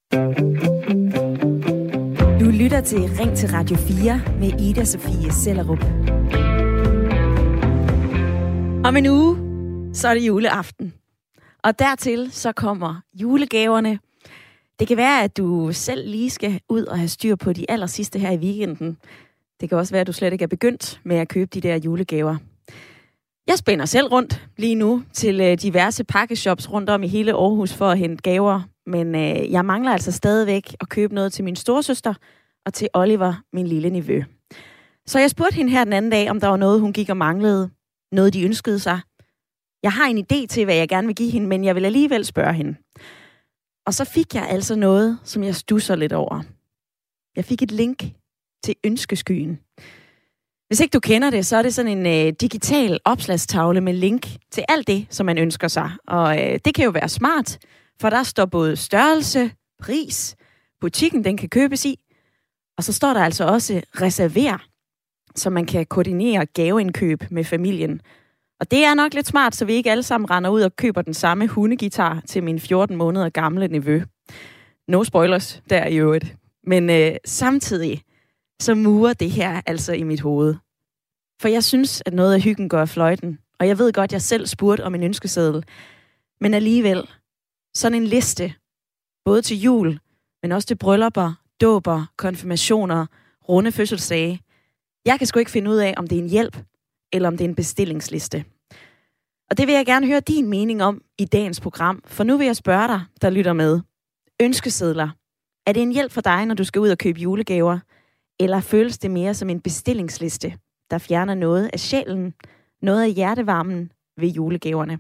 Du lytter til Ring til Radio 4 med Ida Sofie Sellerup. Om en uge, så er det juleaften. Og dertil så kommer julegaverne. Det kan være, at du selv lige skal ud og have styr på de allersidste her i weekenden. Det kan også være, at du slet ikke er begyndt med at købe de der julegaver. Jeg spænder selv rundt lige nu til diverse pakkeshops rundt om i hele Aarhus for at hente gaver. Men jeg mangler altså stadigvæk at købe noget til min storesøster og til Oliver, min lille nevø. Så jeg spurgte hende her den anden dag, om der var noget, hun gik og manglede. Noget, de ønskede sig. Jeg har en idé til, hvad jeg gerne vil give hende, men jeg vil alligevel spørge hende. Og så fik jeg altså noget, som jeg stusser lidt over. Jeg fik et link til Ønskeskyen. Hvis ikke du kender det, så er det sådan en digital opslagstavle med link til alt det, som man ønsker sig. Og det kan jo være smart, for der står både størrelse, pris, butikken den kan købes i, og så står der altså også reserver, så man kan koordinere gaveindkøb med familien. Og det er nok lidt smart, så vi ikke alle sammen render ud og køber den samme hundegitar til min 14 måneder gamle nevø. No spoilers, der i øvrigt. Men samtidig så murer det her altså i mit hoved. For jeg synes, at noget af hyggen går af fløjten. Og jeg ved godt, at jeg selv spurgte om en ønskeseddel. Men alligevel, sådan en liste, både til jul, men også til bryllupper, dåber, konfirmationer, runde fødselsdage. Jeg kan sgu ikke finde ud af, om det er en hjælp, eller om det er en bestillingsliste. Og det vil jeg gerne høre din mening om i dagens program. For nu vil jeg spørge dig, der lytter med. Ønskesedler. Er det en hjælp for dig, når du skal ud og købe julegaver? Eller føles det mere som en bestillingsliste, der fjerner noget af sjælen, noget af hjertevarmen ved julegaverne?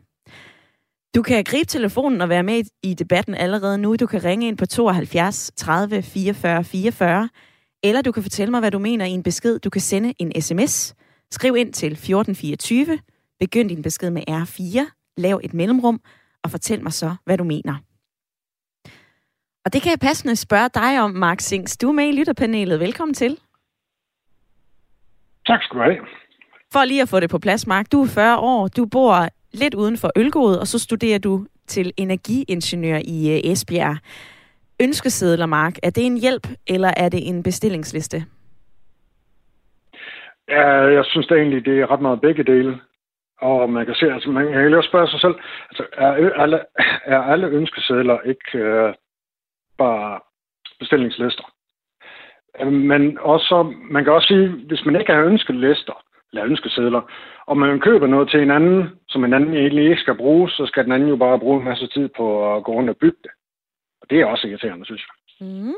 Du kan gribe telefonen og være med i debatten allerede nu. Du kan ringe ind på 72 30 44 44, eller du kan fortælle mig, hvad du mener i en besked. Du kan sende en sms. Skriv ind til 1424. Begynd din besked med R4. Lav et mellemrum, og fortæl mig så, hvad du mener. Og det kan jeg passende spørge dig om, Mark Sings. Du er med i lytterpanelet. Velkommen til. Tak skal du have. For lige at få det på plads, Mark. Du er 40 år. Du bor lidt uden for Ølgod, og så studerer du til energiingeniør i Esbjerg. Ønskesedler, Mark. Er det en hjælp, eller er det en bestillingsliste? Ja, jeg synes det egentlig, det er ret meget begge dele. Og man kan se, altså man kan også spørge sig selv, altså, er alle ønskesedler ikke bare bestillingslister? Men også, man kan også sige, hvis man ikke har ønskelister, eller ønskesedler, og man køber noget til en anden, som en anden egentlig ikke skal bruge, så skal den anden jo bare bruge en masse tid på at gå rundt og bygge det. Og det er også irriterende, synes jeg. Mm.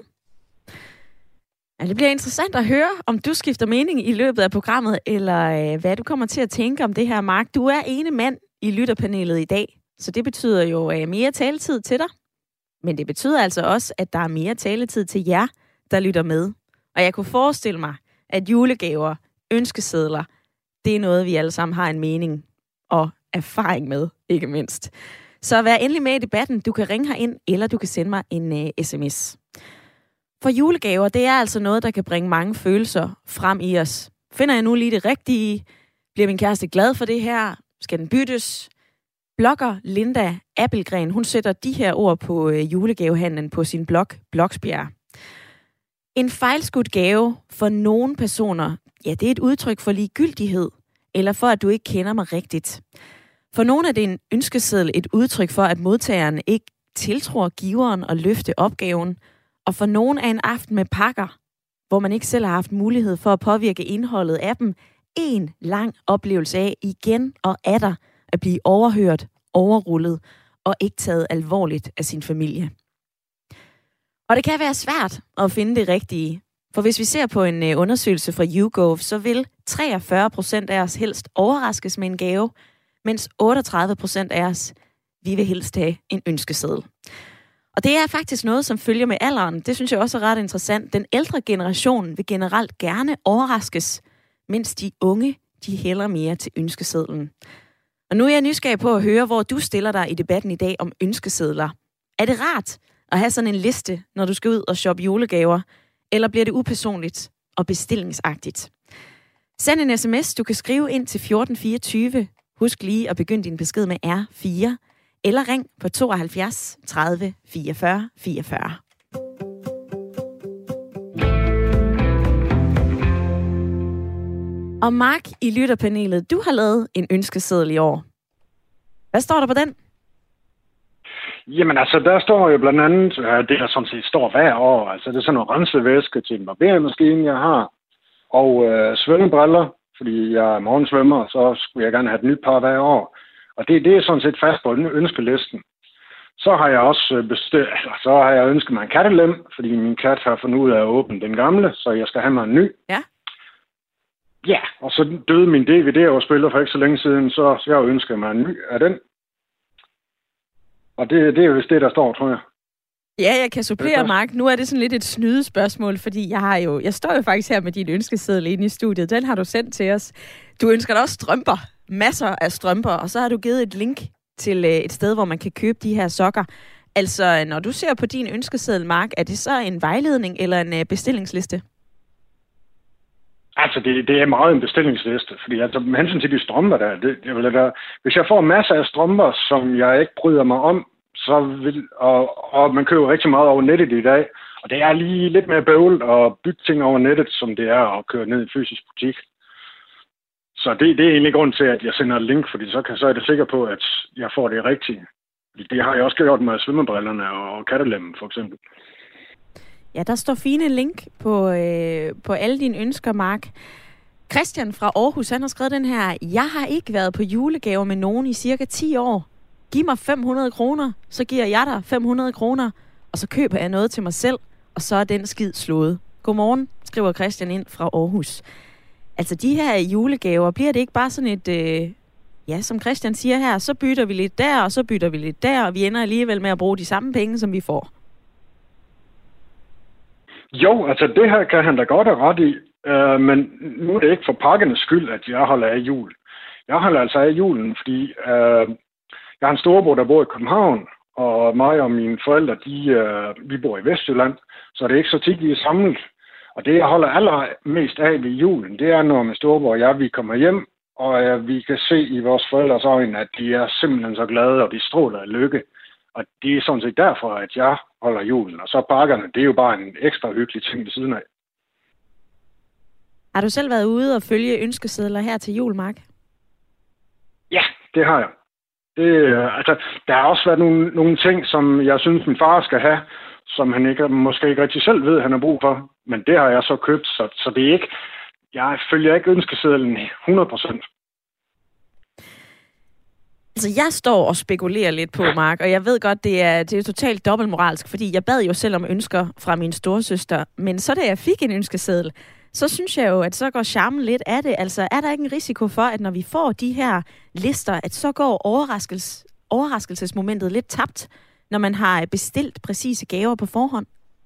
Ja, det bliver interessant at høre, om du skifter mening i løbet af programmet, eller hvad du kommer til at tænke om det her, Mark. Du er ene mand i lytterpanelet i dag, så det betyder jo mere taletid til dig. Men det betyder altså også, at der er mere taletid til jer, der lytter med. Og jeg kunne forestille mig, at julegaver, ønskesedler, det er noget, vi alle sammen har en mening og erfaring med, ikke mindst. Så vær endelig med i debatten. Du kan ringe herind, eller du kan sende mig en sms. For julegaver, det er altså noget, der kan bringe mange følelser frem i os. Finder jeg nu lige det rigtige? Bliver min kæreste glad for det her? Skal den byttes? Blogger Linda Appelgren, hun sætter de her ord på julegavehandlen på sin blog, Bloksbjerg. En fejlskudt gave for nogle personer, ja, det er et udtryk for ligegyldighed, eller for, at du ikke kender mig rigtigt. For nogle er det en ønskeseddel et udtryk for, at modtageren ikke tiltror giveren og løfte opgaven, og for nogen er en aften med pakker, hvor man ikke selv har haft mulighed for at påvirke indholdet af dem, en lang oplevelse af igen og atter at blive overhørt, overrullet og ikke taget alvorligt af sin familie. Og det kan være svært at finde det rigtige. For hvis vi ser på en undersøgelse fra YouGov, så vil 43% af os helst overraskes med en gave, mens 38% af os, vi vil helst have en ønskeseddel. Og det er faktisk noget, som følger med alderen. Det synes jeg også er ret interessant. Den ældre generation vil generelt gerne overraskes, mens de unge, de hælder mere til ønskesedlen. Og nu er jeg nysgerrig på at høre, hvor du stiller dig i debatten i dag om ønskesedler. Er det rart at have sådan en liste, når du skal ud og shoppe julegaver, eller bliver det upersonligt og bestillingsagtigt? Send en sms, du kan skrive ind til 1424. Husk lige at begynde din besked med R4, eller ring på 72 30 44 44. Og Mark i lytterpanelet, du har lavet en ønskeseddel i år. Hvad står der på den? Jamen altså, der står jo blandt andet, det der sådan set står hver år, altså det er sådan noget rensevæske til en barbermaskine, jeg har, og svømmebriller, fordi jeg er morgensvømmer, så skulle jeg gerne have et nyt par hver år. Og det er sådan set fast på ønskelisten. Så har jeg også ønsket mig en kattelem, fordi min kat har fundet ud af at åbne den gamle, så jeg skal have mig en ny. Ja. Ja, og så døde min DVD-afspiller for ikke så længe siden, så jeg ønsker mig en ny af den. Og det er jo vist det, der står, tror jeg. Ja, jeg kan supplere, Mark. Nu er det sådan lidt et snydespørgsmål, fordi jeg står jo faktisk her med din ønskeseddel inde i studiet. Den har du sendt til os. Du ønsker dig også strømper. Masser af strømper. Og så har du givet et link til et sted, hvor man kan købe de her sokker. Altså, når du ser på din ønskeseddel, Mark, er det så en vejledning eller en bestillingsliste? Altså, det er meget en bestillingsliste, fordi altså, med hensyn til de strømper hvis jeg får masser af strømper, som jeg ikke bryder mig om, og man køber rigtig meget over nettet i dag, og det er lige lidt mere bøvlet at bygge ting over nettet, som det er at køre ned i fysisk butik. Så det er egentlig grund til, at jeg sender et link, fordi så er jeg sikker på, at jeg får det rigtige. Det har jeg også gjort med svømmebrillerne og kattelemmen, for eksempel. Ja, der står fine link på alle dine ønsker, Mark. Christian fra Aarhus, han har skrevet den her: Jeg har ikke været på julegaver med nogen i cirka 10 år. Giv mig 500 kroner, så giver jeg dig 500 kroner, og så køber jeg noget til mig selv, og så er den skid slået. Godmorgen, skriver Christian ind fra Aarhus. Altså de her julegaver, bliver det ikke bare sådan et, som Christian siger her, så bytter vi lidt der, og så bytter vi lidt der, og vi ender alligevel med at bruge de samme penge, som vi får? Jo, altså det her kan han da godt have ret i, men nu er det ikke for pakkernes skyld, at jeg holder af jul. Jeg holder altså af julen, fordi jeg har en storebror, der bor i København, og mig og mine forældre, vi bor i Vestjylland, så det er ikke så tit, vi er samlet. Og det, jeg holder allermest af ved julen, det er, når min storebror og vi kommer hjem, og vi kan se i vores forældres øjne, at de er simpelthen så glade, og de stråler af lykke. Og det er sådan set derfor, at jeg holder julen. Og så pakkerne, det er jo bare en ekstra hyggelig ting ved siden af. Har du selv været ude og følge ønskesedler her til jul, Mark? Ja, det har jeg. Der har også været nogle ting, som jeg synes, min far skal have, som han måske ikke rigtig selv ved, han har brug for. Men det har jeg så købt, så det er ikke... Jeg følger ikke ønskesedlen 100%. Altså, jeg står og spekulerer lidt på, Mark, og jeg ved godt, det er totalt dobbeltmoralsk, fordi jeg bad jo selv om ønsker fra min storesøster, men så da jeg fik en ønskeseddel, så synes jeg jo, at så går charmen lidt af det. Altså, er der ikke en risiko for, at når vi får de her lister, at så går overraskelsesmomentet lidt tabt, når man har bestilt præcise gaver på forhånd?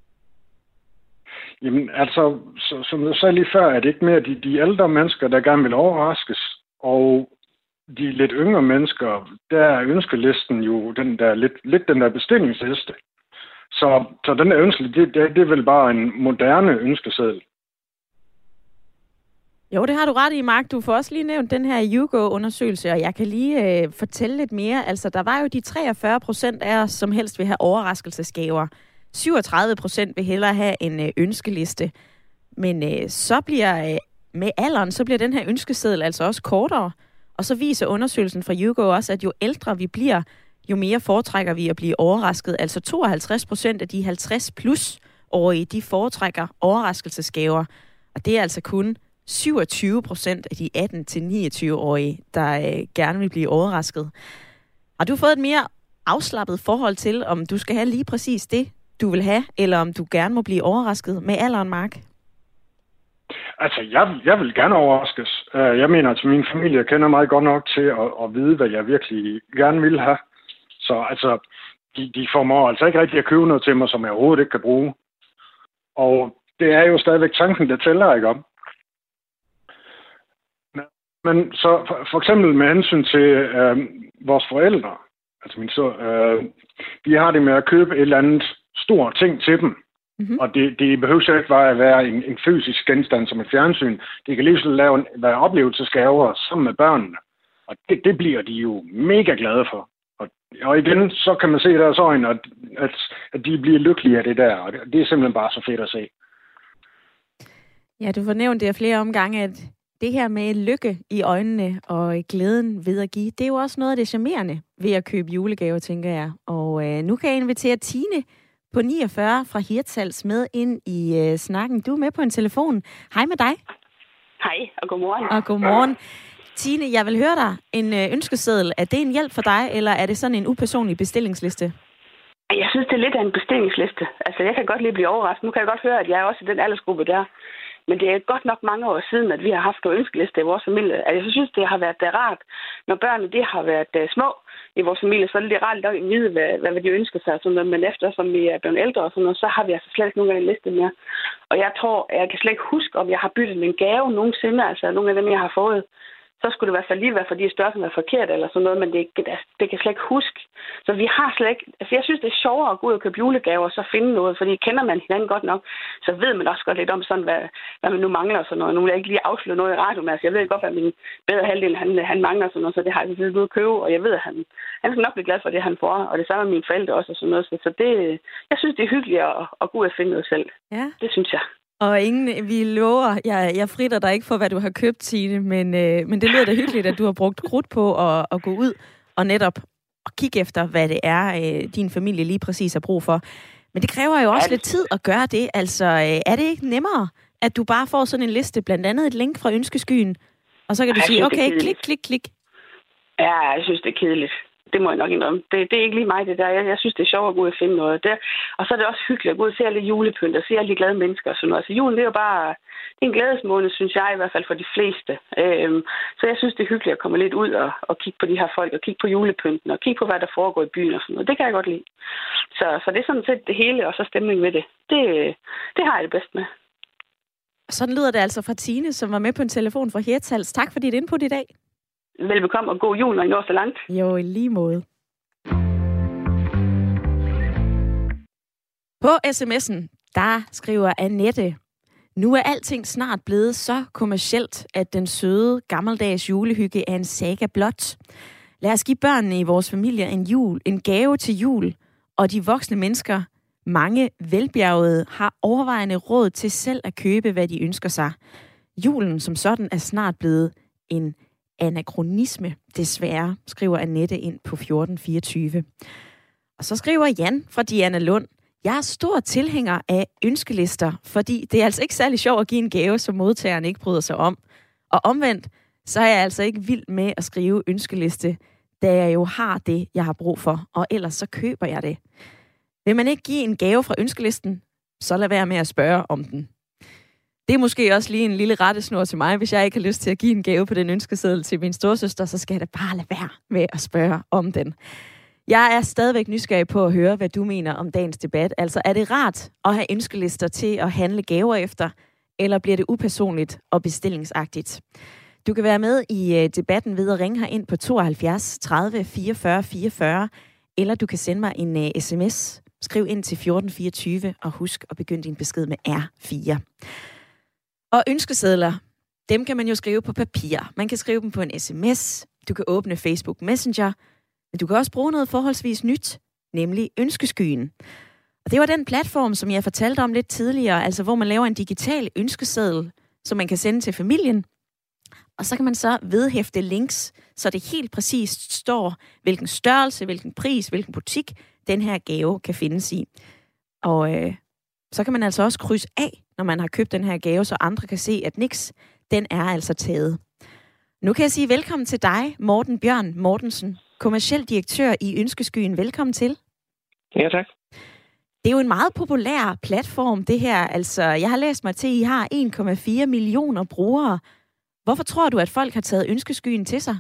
Jamen, altså, som du sagde lige før, er det ikke mere de ældre mennesker, der gerne vil overraskes, og de lidt yngre mennesker, der er ønskelisten jo den der lidt den der bestillingsliste. Så den der ønskeliste, det er vel bare en moderne ønskeseddel. Jo, det har du ret i, Mark. Du får også lige nævnt den her YouGo-undersøgelse, og jeg kan lige fortælle lidt mere. Altså, der var jo de 43% af os, som helst vil have overraskelsesgaver. 37% vil hellere have en ønskeliste. Men så bliver med alderen, så bliver den her ønskeseddel altså også kortere. Og så viser undersøgelsen fra YouGo også, at jo ældre vi bliver, jo mere foretrækker vi at blive overrasket. Altså 52% af de 50+-årige, de foretrækker overraskelsesgaver. Og det er altså kun 27% af de 18-29-årige, der gerne vil blive overrasket. Har du fået et mere afslappet forhold til, om du skal have lige præcis det, du vil have, eller om du gerne må blive overrasket med alderen, Mark? Altså, jeg vil gerne overraskes. Jeg mener, at min familie kender mig godt nok til at vide, hvad jeg virkelig gerne vil have. Så altså, de formår altså ikke rigtig at købe noget til mig, som jeg overhovedet ikke kan bruge. Og det er jo stadigvæk tanken, der tæller, ikke om? Men så for eksempel med hensyn til vores forældre, altså de har det med at købe et eller andet stor ting til dem. Mm-hmm. Og det behøver ikke bare at være en fysisk genstand som et fjernsyn. Det kan lige så være oplevelsesgaver sammen med børnene. Og det bliver de jo mega glade for. Og igen, så kan man se i deres øjne, at de bliver lykkelige af det der. Og det er simpelthen bare så fedt at se. Ja, du får nævnt det flere omgange, at Det her med lykke i øjnene og glæden ved at give, det er jo også noget af det charmerende ved at købe julegaver, tænker jeg. Og nu kan jeg invitere Tine på 49 fra Hirtshals med ind i snakken. Du er med på en telefon. Hej med dig. Hej, og godmorgen. Og godmorgen. Tine, jeg vil høre dig. En ønskeseddel, er det en hjælp for dig, eller er det sådan en upersonlig bestillingsliste? Jeg synes, det er lidt af en bestillingsliste. Altså, jeg kan godt lige blive overrasket. Nu kan jeg godt høre, at jeg er også i den aldersgruppe der. Men det er godt nok mange år siden, at vi har haft nogle ønskelister i vores familie. Altså, jeg synes, det har været rart, når børnene de har været små i vores familie, så er det rart at vide, hvad de ønsker sig. Sådan noget. Men efter som vi er blevet ældre og sådan noget, så har vi altså slet ikke nogen af en liste mere. Og jeg tror, jeg kan slet ikke huske, om jeg har byttet min gave nogensinde, altså nogle af dem, jeg har fået. Så skulle det i hvert fald lige være, fordi størrelsen er forkert eller sådan noget, men det kan jeg slet ikke huske. Så vi har slet ikke... Altså, jeg synes, det er sjovere at gå ud og købe julegaver og så finde noget, fordi kender man hinanden godt nok, så ved man også godt lidt om sådan, hvad man nu mangler og sådan noget. Nu vil jeg ikke lige afsløre noget i radioen, altså jeg ved godt, hvad min bedre halvdel han mangler sådan noget, så det har jeg selvfølgelig ud at købe, og jeg ved, at han skal nok blive glad for det, han får, og det samme med mine forældre også og sådan noget. Så det... Jeg synes, det er hyggeligt at gå ud og finde noget selv. Ja. Det synes jeg. Og vi lover, jeg fritter dig ikke for, hvad du har købt, Tine, men det lyder da hyggeligt, at du har brugt krudt på at gå ud og netop at kigge efter, hvad det er, din familie lige præcis har brug for. Men det kræver jo også lidt tid at gøre det. Altså, er det ikke nemmere, at du bare får sådan en liste, blandt andet et link fra ønskeskyen, og så kan du sige, okay, klik. Ja, jeg synes, det er kedeligt. Det må jeg nok indrømme. Det er ikke lige mig, det der. Jeg synes, det er sjovt at gå ud og finde noget der. Og så er det også hyggeligt at gå ud og se alle julepynt og se alle de glade mennesker og sådan noget. Så julen, det er jo bare en glædesmåned, synes jeg, i hvert fald for de fleste. Så jeg synes, det er hyggeligt at komme lidt ud og kigge på de her folk og kigge på julepynten og kigge på, hvad der foregår i byen og sådan noget. Det kan jeg godt lide. Så det er sådan set det hele, og så stemning ved det. Det har jeg det bedst med. Sådan lyder det altså fra Tine, som var med på en telefon fra Hirtshals. Tak for dit input i dag. Velbekomme og god jul, når I når så langt. Jo, i lige måde. På sms'en, der skriver Annette, nu er alting snart blevet så kommercielt, at den søde, gammeldags julehygge er en saga blot. Lad os give børnene i vores familie en gave til jul, og de voksne mennesker, mange velbjergede, har overvejende råd til selv at købe, hvad de ønsker sig. Julen som sådan er snart blevet en anakronisme, desværre, skriver Annette ind på 1424. Og så skriver Jan fra Diana Lund, jeg er stor tilhænger af ønskelister, fordi det er altså ikke særlig sjovt at give en gave, som modtageren ikke bryder sig om. Og omvendt, så er jeg altså ikke vild med at skrive ønskeliste, da jeg jo har det, jeg har brug for, og ellers så køber jeg det. Vil man ikke give en gave fra ønskelisten, så lad være med at spørge om den. Det er måske også lige en lille rettesnor til mig. Hvis jeg ikke har lyst til at give en gave på den ønskeseddel til min storesøster, så skal jeg da bare lade være med at spørge om den. Jeg er stadigvæk nysgerrig på at høre, hvad du mener om dagens debat. Altså, er det rart at have ønskelister til at handle gaver efter, eller bliver det upersonligt og bestillingsagtigt? Du kan være med i debatten ved at ringe her ind på 72 30 44 44, eller du kan sende mig en sms. Skriv ind til 1424, og husk at begynde din besked med R4. Og ønskesedler, dem kan man jo skrive på papir. Man kan skrive dem på en sms. Du kan åbne Facebook Messenger. Men du kan også bruge noget forholdsvis nyt, nemlig ønskeskyen. Og det var den platform, som jeg fortalte om lidt tidligere, altså hvor man laver en digital ønskeseddel, som man kan sende til familien. Og så kan man så vedhæfte links, så det helt præcist står, hvilken størrelse, hvilken pris, hvilken butik den her gave kan findes i. Og så kan man altså også krydse af, når man har købt den her gave, så andre kan se, at niks, den er altså taget. Nu kan jeg sige velkommen til dig, Morten Bjørn Mortensen, kommerciel direktør i Ønskeskyen. Velkommen til. Ja, tak. Det er jo en meget populær platform, det her. Altså, jeg har læst mig til, at I har 1,4 millioner brugere. Hvorfor tror du, at folk har taget Ønskeskyen til sig?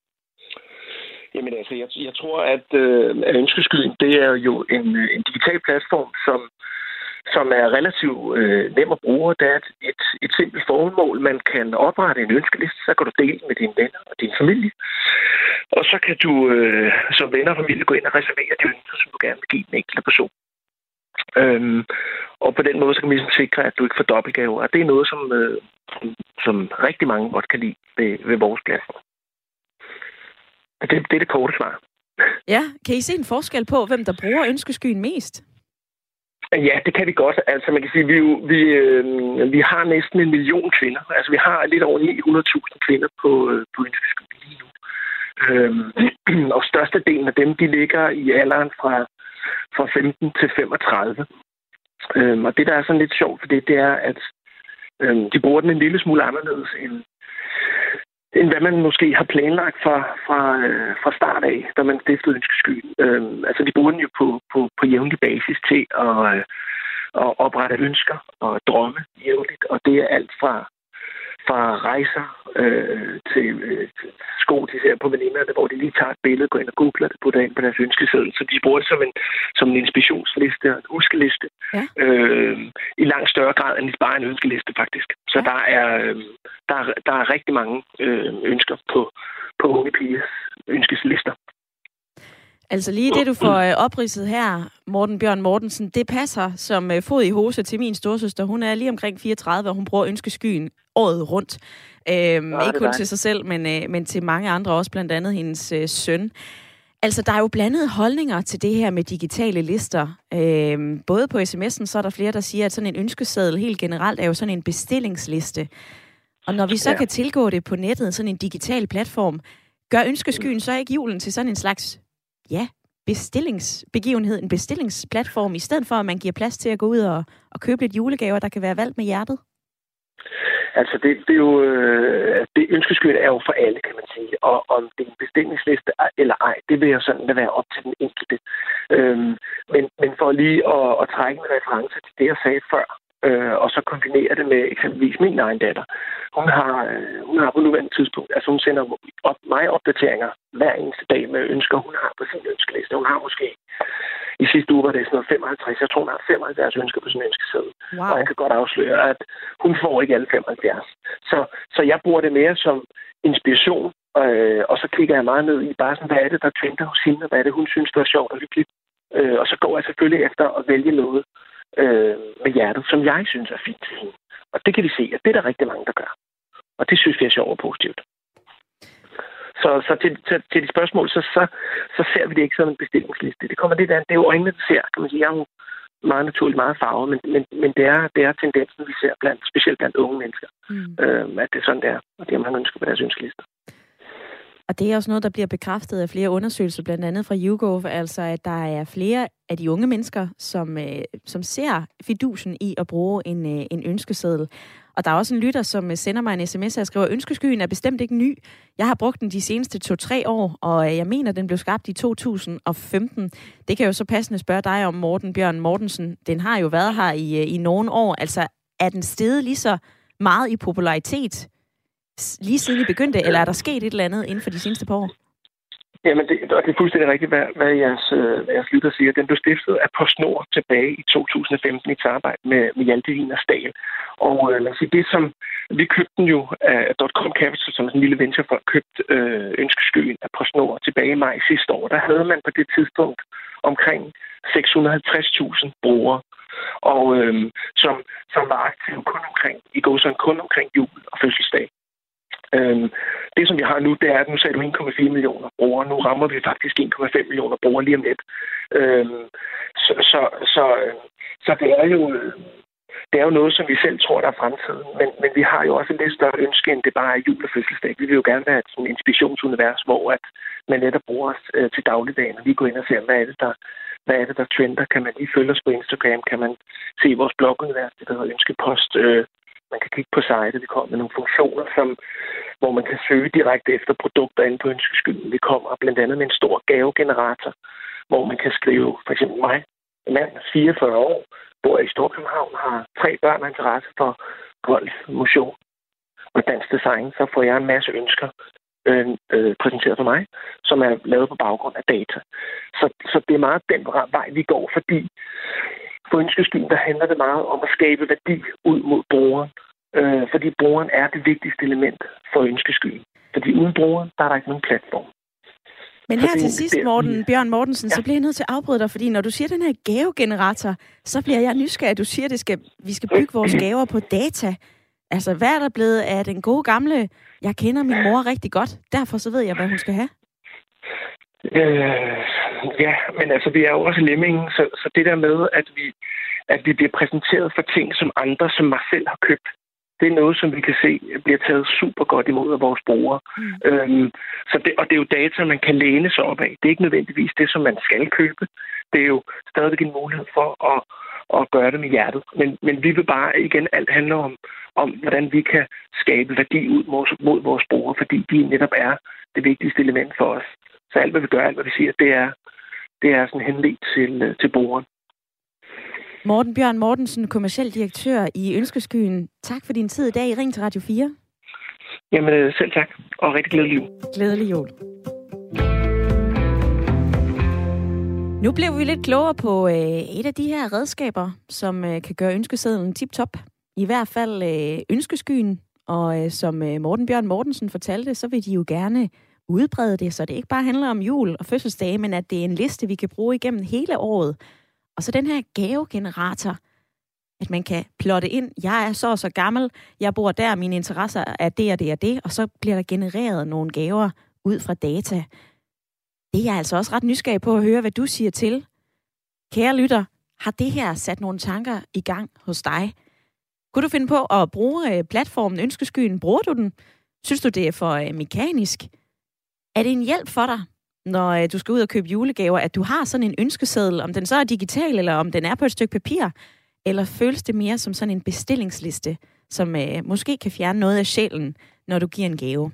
Jamen altså, jeg tror, at Ønskeskyen, det er jo en digital platform, som er relativt nem at bruge. Der er et simpelt formål. Man kan oprette en ønskeliste, så kan du dele med dine venner og din familie. Og så kan du som venner og familie gå ind og reservere de ønsker, som du gerne vil give en enkelt person. Og på den måde så kan man ligesom sikre, at du ikke får dobbeltgaver. Og det er noget, som rigtig mange godt kan lide ved vores platform. Det er det korte svar. Ja, kan I se en forskel på, hvem der bruger Ønskeskyen mest? Ja, det kan vi godt. Altså, man kan sige, vi har næsten 1 million kvinder. Altså, vi har lidt over 900.000 kvinder på ønskeskyen lige nu. Og størstedelen af dem, de ligger i alderen fra 15 til 35. Og det, der er sådan lidt sjovt for det er, at de bruger den en lille smule anderledes end hvad man måske har planlagt fra start af, da man stiftede ønskeskyen. Altså, de bruger den jo på jævnlig basis til at oprette ønsker og drømme jævnligt, og det er alt fra rejser til sko, de ser på veninderne, hvor de lige tager et billede, går ind og googler det, putter ind på deres ønskeseddel. Så de bruger det som en inspirationsliste og en huskeliste. Ja. I langt større grad end bare en ønskeliste, faktisk. Så ja. Der er rigtig mange ønsker på unge pigers ønskeslister. Altså lige det, du får opridset her, Morten Bjørn Mortensen, det passer som fod i hose til min storesøster. Hun er lige omkring 34, og hun bruger ønskeskyen året rundt. Ikke kun til sig selv, men til mange andre også, blandt andet hendes søn. Altså, der er jo blandede holdninger til det her med digitale lister. Både på sms'en, så er der flere, der siger, at sådan en ønskeseddel helt generelt er jo sådan en bestillingsliste. Og når vi så kan tilgå det på nettet, sådan en digital platform, gør ønskeskyen så ikke julen til sådan en slags bestillingsbegivenhed, en bestillingsplatform, i stedet for, at man giver plads til at gå ud og købe lidt julegaver, der kan være valgt med hjertet? Altså, det er jo... det ønskeskyen er jo for alle, kan man sige. Og om det er en bestillingsliste eller ej, det vil jo sådan være op til den enkelte. Men for lige at trække en reference til det, jeg sagde før, og så kombinere det med eksempelvis min egen datter. Hun har på nuværende tidspunkt, altså hun sender mig opdateringer hver eneste dag med ønsker, hun har på sin ønskeliste. Hun har måske, i sidste uge var det sådan noget 55, jeg tror hun har 75 ønsker på sin ønskeseddel. Wow. Og jeg kan godt afsløre, at hun får ikke alle 75. Så jeg bruger det mere som inspiration, og så kigger jeg meget ned i bare sådan, hvad er det, der trender hos hende, og hvad er det, hun synes, det er sjovt og hyggeligt. Og så går jeg selvfølgelig efter at vælge noget med hjertet, som jeg synes er fint til hende. Og det kan vi se, at det er der rigtig mange, der gør. Og det synes vi er sjovt og positivt. Så til de spørgsmål, så ser vi det ikke som en bestillingsliste. Det kommer lidt an. Det er jo øjnene, der ser, kan man sige. Jeg er jo meget naturligt meget farvet, men det er tendensen, vi ser specielt blandt unge mennesker. At det er sådan, det er. Og det er mange ønsker på deres ønskelister. Og det er også noget, der bliver bekræftet af flere undersøgelser, blandt andet fra YouGov, altså at der er flere af de unge mennesker, som ser fidusen i at bruge en ønskeseddel. Og der er også en lytter, som sender mig en sms, og skriver, ønskeskyen er bestemt ikke ny. Jeg har brugt den de seneste 2-3 år, og jeg mener, den blev skabt i 2015. Det kan jo så passende spørge dig om, Morten Bjørn Mortensen. Den har jo været her i nogle år. Altså, er den steget lige så meget i popularitet lige siden I begyndte, eller er der sket et eller andet inden for de seneste par år? Jamen, det er fuldstændig rigtigt, hvad jeres lytter siger. Den blev stiftet af PostNord tilbage i 2015 i et samarbejde med Hjalte Wiener Stahl. Og lad os sige, det som vi købte den jo af .com Capital, som en lille venturefond, købte ønskeskyen af PostNord tilbage i maj sidste år. Der havde man på det tidspunkt omkring 650.000 brugere, og som var aktive kun omkring jul og fødselsdag. Det, som vi har nu, det er, at nu sagde du 1,4 millioner brugere. Nu rammer vi faktisk 1,5 millioner brugere lige om lidt. Så det er jo noget, som vi selv tror, der er fremtiden. Men vi har jo også et lidt større ønske, end det bare er jul og fødselsdag. Vi vil jo gerne være et inspirationsunivers, hvor at man netop bruger os til dagligdagen, og vi går ind og ser, hvad er det, der trender? Kan man lige følge os på Instagram? Kan man se vores blogunivers, det der hedder Ønskepost? Man kan kigge på sitet. Vi kommer med nogle funktioner, hvor man kan søge direkte efter produkter inde på ønskeskyen. Vi kommer blandt andet med en stor gavegenerator, hvor man kan skrive, for eksempel mig, en mand, 44 år, bor i Storkøbenhavn, har 3 børn og interesse for golf, motion og dansk design. Så får jeg en masse ønsker præsenteret for mig, som er lavet på baggrund af data. Så det er meget den vej, vi går, fordi på ønskeskyen, der handler det meget om at skabe værdi ud mod brugeren. Fordi brugeren er det vigtigste element for ønskeskyen. Fordi uden brugeren, der er der ikke nogen platform. Men her til sidst, Bjørn Mortensen, så bliver jeg nødt til at afbryde dig, fordi når du siger den her gavegenerator, så bliver jeg nysgerrig. Du siger, at vi skal bygge vores gaver på data. Altså, hvad er der blevet af den gode gamle, jeg kender min mor rigtig godt, derfor så ved jeg, hvad hun skal have? Ja, men altså, vi er jo også lemmingen, så det der med, at vi bliver præsenteret for ting, som andre, som mig selv har købt. Det er noget, som vi kan se bliver taget super godt imod af vores brugere. Og det er jo data, man kan læne sig op af. Det er ikke nødvendigvis det, som man skal købe. Det er jo stadigvæk en mulighed for at gøre det med hjertet. Men vi vil bare, igen, alt handler om hvordan vi kan skabe værdi ud mod vores brugere, fordi de netop er det vigtigste element for os. Så alt, hvad vi gør, alt, hvad vi siger, det er sådan henledt til brugeren. Morten Bjørn Mortensen, kommerciel direktør i Ønskeskyen. Tak for din tid i dag i Ring til Radio 4. Jamen, selv tak. Og rigtig glædelig jul. Glædelig jul. Nu blev vi lidt klogere på et af de her redskaber, som kan gøre ønskesedlen tip-top. I hvert fald Ønskeskyen. Og som Morten Bjørn Mortensen fortalte, så vil de jo gerne udbrede det, så det ikke bare handler om jul og fødselsdage, men at det er en liste, vi kan bruge igennem hele året. Og så den her gavegenerator, at man kan plotte ind, jeg er så gammel, jeg bor der, mine interesser er det og det og det, og så bliver der genereret nogle gaver ud fra data. Det er jeg altså også ret nysgerrig på at høre, hvad du siger til. Kære lytter, har det her sat nogle tanker i gang hos dig? Kunne du finde på at bruge platformen Ønskeskyen? Bruger du den? Synes du, det er for mekanisk? Er det en hjælp for dig, når du skal ud og købe julegaver, at du har sådan en ønskeseddel, om den så er digital, eller om den er på et stykke papir? Eller føles det mere som sådan en bestillingsliste, som måske kan fjerne noget af sjælen, når du giver en gave?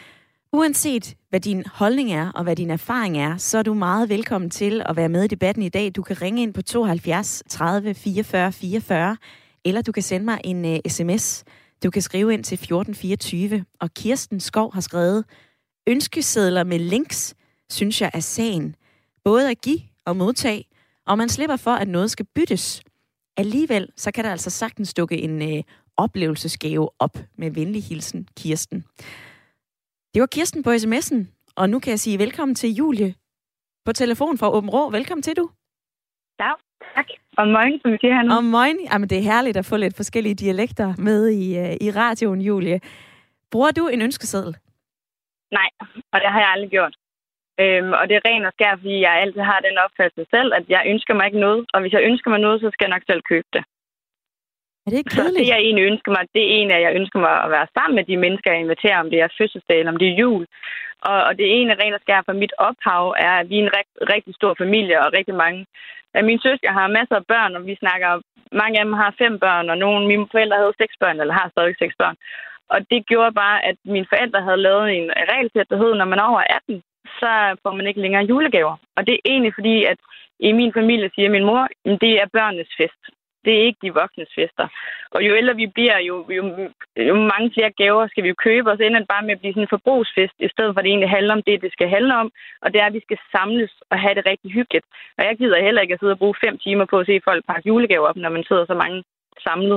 Uanset hvad din holdning er, og hvad din erfaring er, så er du meget velkommen til at være med i debatten i dag. Du kan ringe ind på 72 30 44 44, eller du kan sende mig en sms. Du kan skrive ind til 1424, og Kirsten Skov har skrevet: ønskesedler med links synes jeg er sagen. Både at give og modtage, og man slipper for, at noget skal byttes. Alligevel, så kan der altså sagtens dukke en oplevelsesgave op. Med venlig hilsen, Kirsten. Det var Kirsten på sms'en, og nu kan jeg sige velkommen til Julie på telefon fra Åben Rå. Velkommen til, du. Ja, tak. Om morgen, som vi siger her nu. Om morgen. Jamen, det er herligt at få lidt forskellige dialekter med i radioen, Julie. Bruger du en ønskeseddel? Nej, og det har jeg aldrig gjort. Og det er ren og skær, fordi jeg altid har den opfattelse selv, at jeg ønsker mig ikke noget. Og hvis jeg ønsker mig noget, så skal jeg nok selv købe det. Er det ikke kedeligt? Så det, jeg egentlig ønsker mig, det er en af, jeg ønsker mig at være sammen med de mennesker, jeg inviterer, om det er fødselsdag, eller om det er jul. Og det ene ren og skær fra mit ophav er, at vi er en rigtig stor familie, og rigtig mange af mine søskere har masser af børn, og vi snakker, mange af dem har 5 børn, og mine forældre havde 6 børn, eller har stadig 6 børn. Og det gjorde bare, at mine forældre havde lavet en regelsæt, der hed, når man er over 18, så får man ikke længere julegaver. Og det er egentlig fordi, at i min familie siger min mor, at det er børnenes fest. Det er ikke de voksnes fester. Og jo ældre vi bliver, jo mange flere gaver skal vi jo købe, og så ender det bare med at blive sådan en forbrugsfest, i stedet for at det egentlig handler om det skal handle om, og det er, at vi skal samles og have det rigtig hyggeligt. Og jeg gider heller ikke at sidde og bruge 5 timer på at se folk pakke julegaver op, når man sidder så mange samlet.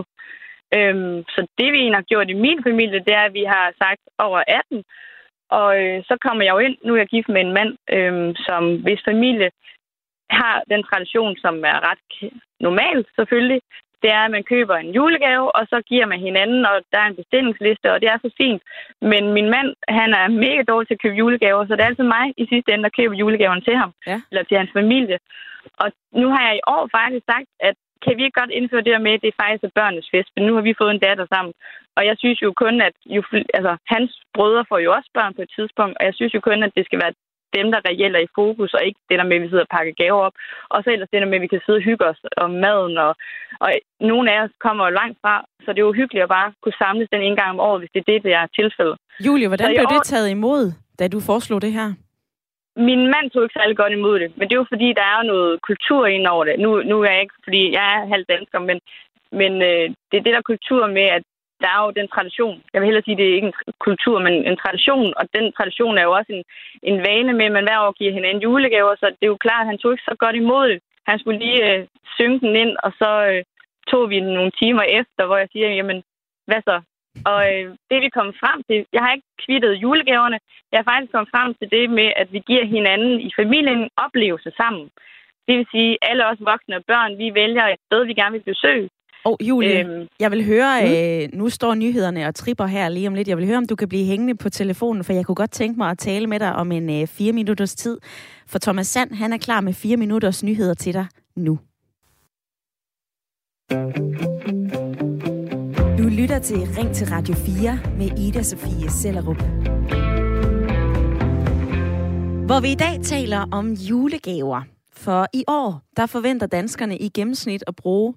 Så det vi egentlig har gjort i min familie, det er, at vi har sagt over 18, og så kommer jeg jo ind, nu er jeg gift med en mand, som hvis familie har den tradition, som er ret normal selvfølgelig, det er, at man køber en julegave, og så giver man hinanden, og der er en bestillingsliste, og det er så fint. Men min mand, han er mega dårlig til at købe julegaver, så det er altid mig i sidste ende, der køber julegaverne til ham, eller til hans familie. Og nu har jeg i år faktisk sagt, at kan vi ikke godt indføre det med, at det er faktisk børnenes fest, men nu har vi fået en datter sammen. Og jeg synes jo kun, at hans brødre får jo også børn på et tidspunkt, og jeg synes jo kun, at det skal være dem, der reelt er i fokus, og ikke det der med, at vi sidder og pakker gaver op. Og så ellers det der med, at vi kan sidde og hygge os om maden, og nogle af os kommer jo langt fra, så det er jo hyggeligt at bare kunne samles den en gang om året, hvis det er det, der er tilfældet. Julie, hvordan blev det taget imod, da du foreslog det her? Min mand tog ikke særlig godt imod det, men det er jo fordi, der er noget kultur ind over det. Nu er jeg ikke, fordi jeg er halvt dansker, men det er det der kultur med, at der er jo den tradition. Jeg vil hellere sige, at det er ikke en kultur, men en tradition. Og den tradition er jo også en vane med, at man hver år giver hinanden julegaver. Så det er jo klart, at han tog ikke så godt imod det. Han skulle lige synge den ind, og så tog vi nogle timer efter, hvor jeg siger, jamen, hvad så? Og det vi kom frem til, jeg har ikke kvittet julegaverne. Jeg har faktisk kommet frem til det med, at vi giver hinanden i familien en oplevelse sammen. Det vil sige, alle os voksne og børn, vi vælger et sted, vi gerne vil besøge. Julie, jeg vil høre, nu står nyhederne og tripper her lige om lidt. Jeg vil høre, om du kan blive hængende på telefonen, for jeg kunne godt tænke mig at tale med dig om en 4 minutters tid. For Thomas Sand, han er klar med 4 minutters nyheder til dig nu. Du lytter til Ring til Radio 4 med Ida Sofie Sellerup. Hvor vi i dag taler om julegaver. For i år, der forventer danskerne i gennemsnit at bruge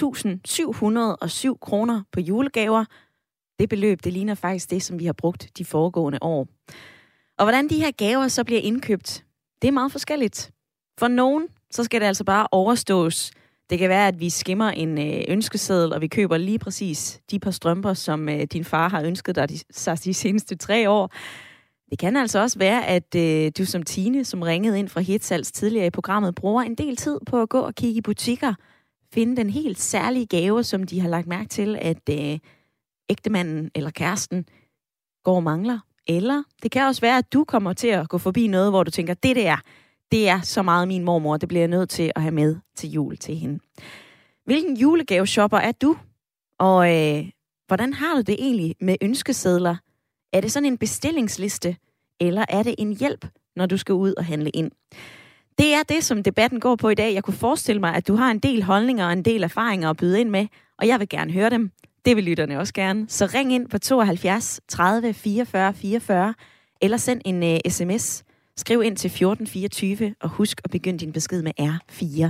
3.707 kroner på julegaver. Det beløb, det ligner faktisk det, som vi har brugt de foregående år. Og hvordan de her gaver så bliver indkøbt, det er meget forskelligt. For nogen, så skal det altså bare overstås. Det kan være, at vi skimmer en ønskeseddel, og vi køber lige præcis de par strømper, som din far har ønsket dig de seneste 3 år. Det kan altså også være, at du som Tine, som ringede ind fra Hirtshals tidligere i programmet, bruger en del tid på at gå og kigge i butikker, finde den helt særlige gave, som de har lagt mærke til, at ægtemanden eller kæresten går og mangler. Eller det kan også være, at du kommer til at gå forbi noget, hvor du tænker, det er så meget min mormor, det bliver jeg nødt til at have med til jul til hende. Hvilken julegaveshopper er du? Og hvordan har du det egentlig med ønskesedler? Er det sådan en bestillingsliste, eller er det en hjælp, når du skal ud og handle ind? Det er det, som debatten går på i dag. Jeg kunne forestille mig, at du har en del holdninger og en del erfaringer at byde ind med, og jeg vil gerne høre dem. Det vil lytterne også gerne. Så ring ind på 72 30 44 44, eller send en sms. Skriv ind til 1424, og husk at begynde din besked med R4.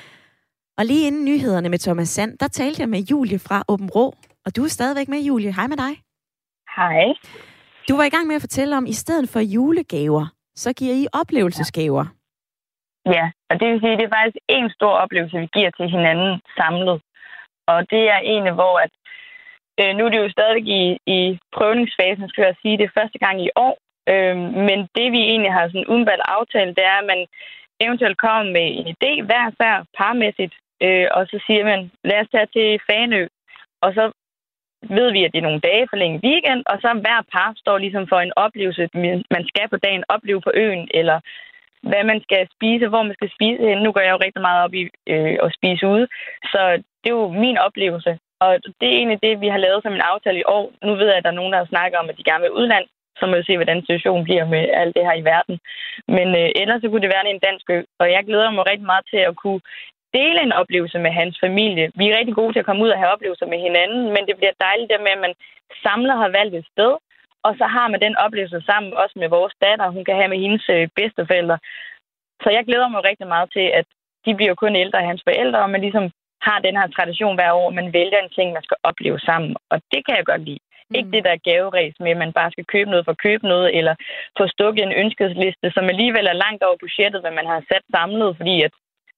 Og lige inden nyhederne med Thomas Sand, der talte jeg med Julie fra Aabenraa, og du er stadigvæk med, Julie. Hej med dig. Hej. Du var i gang med at fortælle om, i stedet for julegaver, så giver I oplevelsesgaver. Ja, og det vil sige, at det er faktisk en stor oplevelse, vi giver til hinanden samlet. Og det er en, hvor at, nu er det jo stadig i prøvningsfasen, skal jeg sige, det er første gang i år. Men det vi egentlig har sådan udenbart aftalt, det er, at man eventuelt kommer med en idé hver sær parmæssigt, og så siger man, lad os tage til Fanø, og så ved vi, at det er nogle dage for længe weekend, og så hver par står ligesom for en oplevelse, man skal på dagen opleve på øen, eller hvad man skal spise, hvor man skal spise hen. Nu går jeg jo rigtig meget op i at spise ude, så det er jo min oplevelse. Og det er egentlig det, vi har lavet som en aftale i år. Nu ved jeg, at der er nogen, der har snakket om, at de gerne vil udland, så må jeg se, hvordan situationen bliver med alt det her i verden. Men ellers så kunne det være en dansk ø, og jeg glæder mig rigtig meget til at kunne dele en oplevelse med hans familie. Vi er rigtig gode til at komme ud og have oplevelser med hinanden, men det bliver dejligt der med, at man samlet har valgt et sted, og så har man den oplevelse sammen, også med vores datter, hun kan have med hendes bedsteforældre. Så jeg glæder mig rigtig meget til, at de bliver jo kun ældre af hans forældre, og man ligesom har den her tradition hver år, man vælger en ting, man skal opleve sammen, og det kan jeg godt lide. Ikke det der gaveræs med, at man bare skal købe noget for at købe noget, eller få stukket en ønskesliste, som alligevel er langt over budgettet, hvad man har sat samlet, fordi at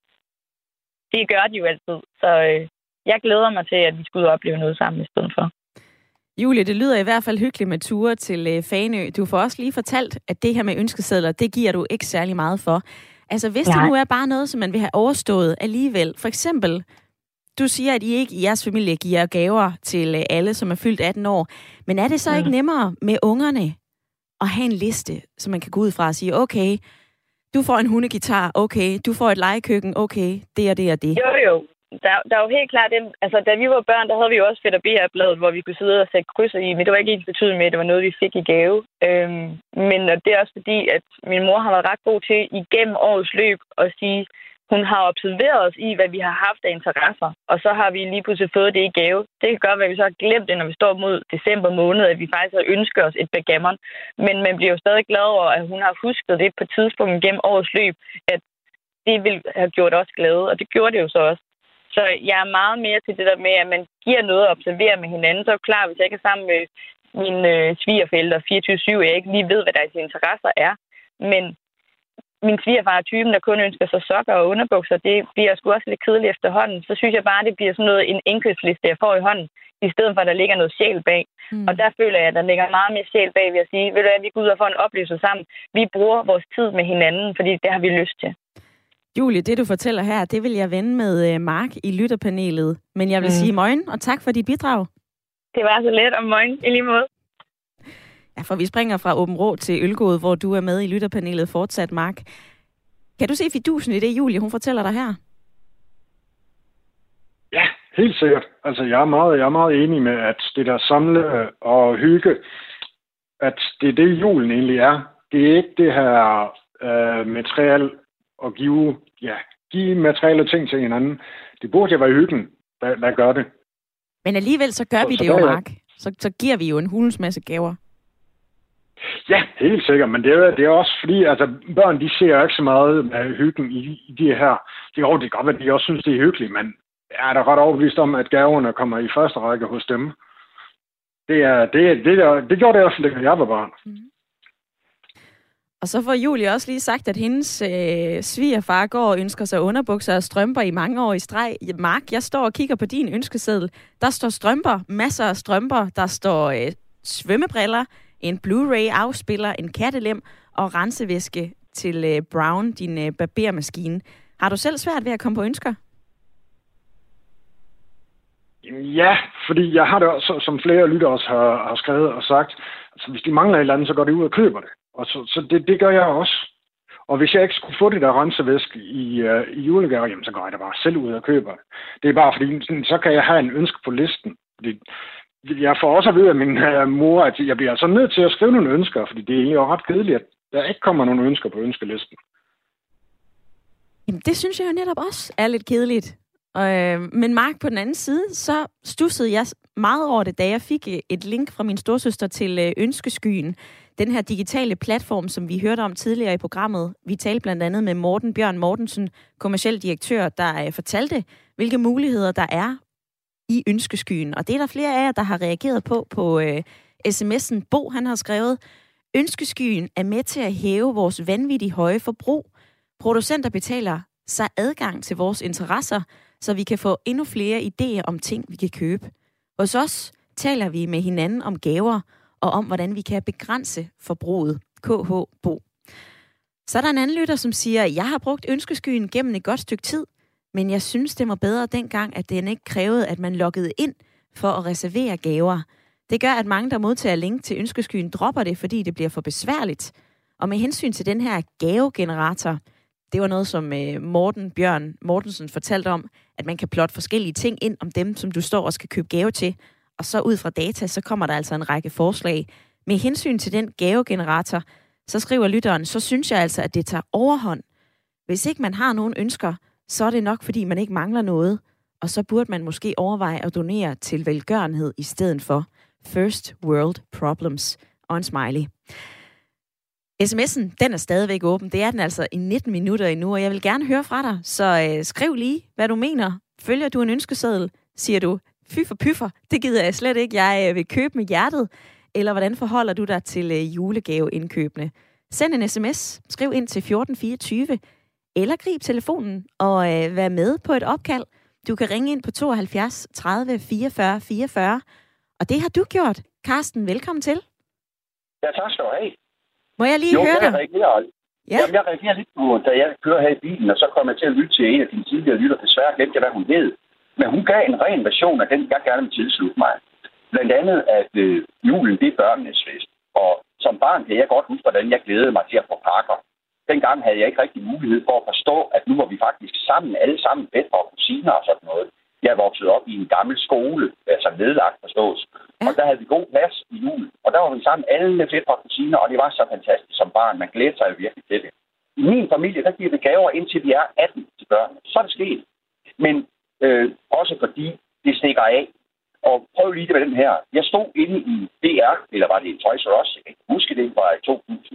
det gør de jo altid. Så jeg glæder mig til, at vi skal ud og opleve noget sammen i stedet for. Julie, det lyder i hvert fald hyggeligt med ture til Fanø. Du får også lige fortalt, at det her med ønskesedler, det giver du ikke særlig meget for. Altså hvis det nu er bare noget, som man vil have overstået alligevel. For eksempel, du siger, at I ikke i jeres familie giver gaver til alle, som er fyldt 18 år. Men er det så ikke nemmere med ungerne at have en liste, som man kan gå ud fra og sige, okay, du får en hundegitar, okay, du får et legekøkken, okay, det og det og det. Jo. Der er jo helt klart, altså da vi var børn, der havde vi jo også fedt og BR-bladet, hvor vi kunne sidde og sætte krydser i, men det var ikke ens betydende med, at det var noget, vi fik i gave. Men det er også fordi, at min mor har været ret god til igennem årets løb at sige, hun har observeret os i, hvad vi har haft af interesser, og så har vi lige pludselig fået det i gave. Det kan godt være, at vi så har glemt det, når vi står mod december måned, at vi faktisk har ønsket os et backgammon. Men man bliver jo stadig glad over, at hun har husket det på et tidspunkt gennem årets løb, at det ville have gjort os glade, og det gjorde det jo så også. Så jeg er meget mere til det der med, at man giver noget at observere med hinanden. Så er det klart, hvis jeg ikke er sammen med mine svigerforældre 24/7, jeg ikke lige ved, hvad deres interesser er. Men min svigerfar er typen, der kun ønsker sig sokker og underbukser. Det bliver sgu også lidt kedeligt efterhånden. Så synes jeg bare, det bliver sådan noget en indkøbsliste, jeg får i hånden, i stedet for, at der ligger noget sjæl bag. Og der føler jeg, at der ligger meget mere sjæl bag ved at sige, ved du hvad, vi går ud og får en oplevelse sammen. Vi bruger vores tid med hinanden, fordi det har vi lyst til. Julie, det du fortæller her, det vil jeg vende med Mark i lytterpanelet. Men jeg vil sige morgen, og tak for dit bidrag. Det var så let om morgen, i lige måde. Ja, for vi springer fra Aabenraa til Ølgod, hvor du er med i lytterpanelet fortsat, Mark. Kan du se fidusen i det, Julie, hun fortæller dig her? Ja, helt sikkert. Altså, jeg er meget enig med, at det der samle og hygge, at det er det, julen egentlig er. Det er ikke det her materiale at give materielle ting til hinanden. Det burde jo være hyggen. Lad gøre det. Men alligevel så gør vi det jo, Mark. Så giver vi jo en hulens masse gaver. Ja, helt sikkert, men det er også fordi, altså børn, de ser ikke så meget med hyggen i de her. Det kan godt være, at de også synes, det er hyggeligt, men jeg er da ret overbevist om, at gaverne kommer i første række hos dem. Det gjorde det også, da jeg var barn. Mm. Og så får Julie også lige sagt, at hendes svigerfar går og ønsker sig underbukser og strømper i mange år i streg. Mark, jeg står og kigger på din ønskeseddel. Der står strømper, masser af strømper. Der står svømmebriller, en Blu-ray-afspiller, en kattelem og rensevæske til Brown, din barbermaskine. Har du selv svært ved at komme på ønsker? Ja, fordi jeg har det også, som flere lytter også har skrevet og sagt, altså hvis de mangler et eller andet, så går de ud og køber det. Og så det gør jeg også. Og hvis jeg ikke skulle få det der rensevæske i julegave, jamen, så går jeg da bare selv ud og køber det. Det er bare fordi, så kan jeg have en ønske på listen. Fordi jeg får også at vide af min mor, at jeg bliver altså nødt til at skrive nogle ønsker, fordi det er jo ret kedeligt, at der ikke kommer nogle ønsker på ønskelisten. Jamen, det synes jeg jo netop også er lidt kedeligt. Men Mark, på den anden side, så stussede jeg meget over det, da jeg fik et link fra min storsøster til Ønskeskyen. Den her digitale platform, som vi hørte om tidligere i programmet. Vi talte blandt andet med Morten Bjørn Mortensen, kommerciel direktør, der fortalte, hvilke muligheder der er i Ønskeskyen. Og det er der flere af jer, der har reageret på sms'en. Bo, han har skrevet, Ønskeskyen er med til at hæve vores vanvittigt høje forbrug. Producenter betaler sig adgang til vores interesser, så vi kan få endnu flere idéer om ting, vi kan købe. Hos os taler vi med hinanden om gaver og om, hvordan vi kan begrænse forbruget. KH Bo. Så er der en anden lytter, som siger, jeg har brugt Ønskeskyen gennem et godt stykke tid, men jeg synes, det var bedre dengang, at den ikke krævede, at man loggede ind for at reservere gaver. Det gør, at mange, der modtager link til Ønskeskyen, dropper det, fordi det bliver for besværligt. Og med hensyn til den her gavegenerator, det var noget, som Morten Bjørn Mortensen fortalte om, at man kan plotte forskellige ting ind om dem, som du står og skal købe gave til. Og så ud fra data, så kommer der altså en række forslag. Med hensyn til den gavegenerator, så skriver lytteren, så synes jeg altså, at det tager overhånd. Hvis ikke man har nogen ønsker, så er det nok, fordi man ikke mangler noget. Og så burde man måske overveje at donere til velgørenhed i stedet for First World Problems og en smiley. SMS'en, den er stadigvæk åben. Det er den altså i 19 minutter endnu, og jeg vil gerne høre fra dig. Så skriv lige, hvad du mener. Følger du en ønskeseddel? Siger du, fy for pyffer, det gider jeg slet ikke. Jeg vil købe med hjertet. Eller hvordan forholder du dig til julegaveindkøbene? Send en sms, skriv ind til 1424, eller grib telefonen og vær med på et opkald. Du kan ringe ind på 72 30 44 44. Og det har du gjort. Carsten, velkommen til. Ja, tak skal du have. Må jeg lige høre dig? Ja. Jamen, jeg reagerer lidt på, da jeg kører her i bilen, og så kom jeg til at lytte til en af dine tidligere lytter. Desværre glemte jeg, hvad hun hed. Men hun gav en ren version af den, jeg gerne vil tilslutte mig. Blandt andet, at julen, det er børnenes fest. Og som barn kan jeg godt huske, hvordan jeg glædede mig til at få pakker. Dengang havde jeg ikke rigtig mulighed for at forstå, at nu var vi faktisk sammen, alle sammen fætre og kusiner og sådan noget. Jeg voksede op i en gammel skole, altså nedlagt forstås. Ja. Og der havde vi god plads i jul. Og der var vi sammen alle fætre og kusiner, og det var så fantastisk som barn. Man glæder sig jo virkelig til det. I min familie, der giver vi gaver indtil vi er 18 til børnene. Så er det sket. Men også fordi det stikker af. Og prøv lige det med den her. Jeg stod inde i DR, eller var det i Toys R Us? Jeg kan ikke huske det, var i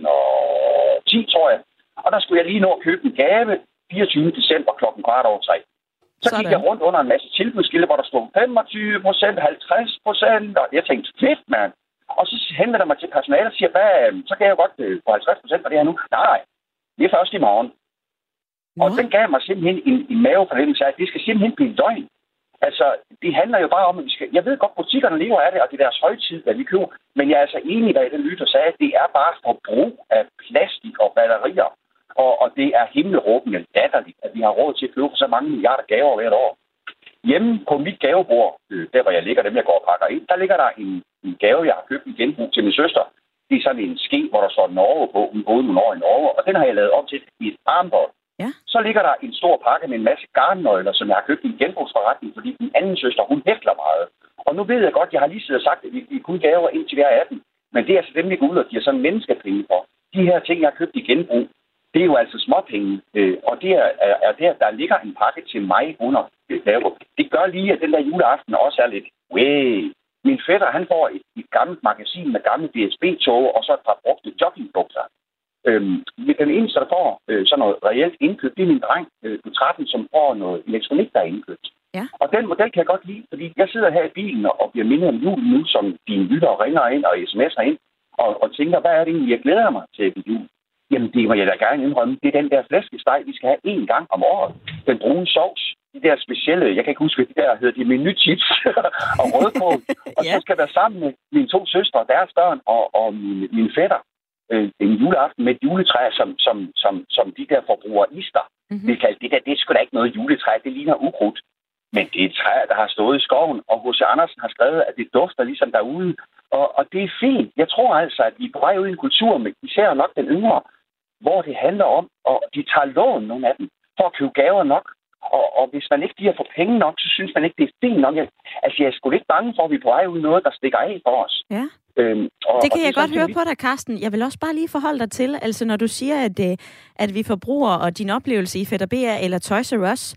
2010, tror jeg. Og der skulle jeg lige nå at købe en gave 24. december kl. 3:15. Så gik jeg rundt under en masse tilbudsskilte, hvor der stod 25%, 50%, og jeg tænkte, fedt, mand. Og så henvender jeg mig til personalet og siger, så kan jeg jo godt få 50% for det her nu. Nej, det er først i morgen. Og den gav mig simpelthen en mavefornemmelse af, at det skal simpelthen blive løgn. Altså, det handler jo bare om, at vi skal... Jeg ved godt, butikkerne lever af det, og det er deres højtid, hvad vi køber. Men jeg er altså enig, hvad den lytter sagde, at det er bare forbrug af plastik og batterier. Og det er himmelråbende latterligt, at vi har råd til at købe så mange milliarder gaver hvert år. Hjemme på mit gavebord, der hvor jeg ligger, dem jeg går og pakker ind, der ligger der en gave, jeg har købt i genbrug til min søster. Det er sådan en ske, hvor der står Norge på. Hun boede nogle år i Norge, og den har jeg lavet om til et armbånd. Ja. Så ligger der en stor pakke med en masse garnnøgler, som jeg har købt i en genbrugsforretning, fordi min anden søster, hun hækler meget. Og nu ved jeg godt, jeg har lige siddet og sagt, at vi kun gaver indtil vi er 18. Men det er altså dem, vi går ud og giver sådan menneskepenge for. De her ting, jeg har købt i genbrug, Det er jo altså småpenge. Og det er der ligger en pakke til mig under gave. Det gør lige, at den der juleaften også er lidt, min fætter, han får et gammelt magasin med gamle DSB-tog, og så et par brugte joggingbukser. Den eneste, der får sådan noget reelt indkøbt, det er min dreng på 13, som får noget elektronik, der er indkøbt. Ja. Og den model kan jeg godt lide, fordi jeg sidder her i bilen og bliver mindet om julen nu, som dine lyttere ringer ind og sms'er ind, og tænker, hvad er det egentlig, jeg glæder mig til jul? Jamen, det må jeg da gerne indrømme. Det er den der flæskesteg, vi skal have 1 gang om året. Den brune sovs, de der specielle, jeg kan ikke huske, de der hedder de menuchips og rødkål. Og så skal jeg være sammen med mine 2 søstre og deres børn og min fætter en juleaften med et juletræ, som de der forbrugerister. Mm-hmm. Det er sgu da ikke noget juletræ, det ligner ukrudt. Men det er et træ, der har stået i skoven, og H.C. Andersen har skrevet, at det dufter ligesom derude. Og det er fint. Jeg tror altså, at vi er på vej ud i en kultur, med især nok den yngre, hvor det handler om, og de tager lån, nogle af dem, for at købe gaver nok. Og hvis man ikke giver for penge nok, så synes man ikke, det er fint nok. Jeg er sgu lidt bange for, at vi er på vej ud i noget, der stikker af for os. Ja. Det kan jeg godt høre på dig, Carsten. Jeg vil også bare lige forholde dig til, altså når du siger, at vi forbruger, og din oplevelse i Fætter BR eller Toys R Us,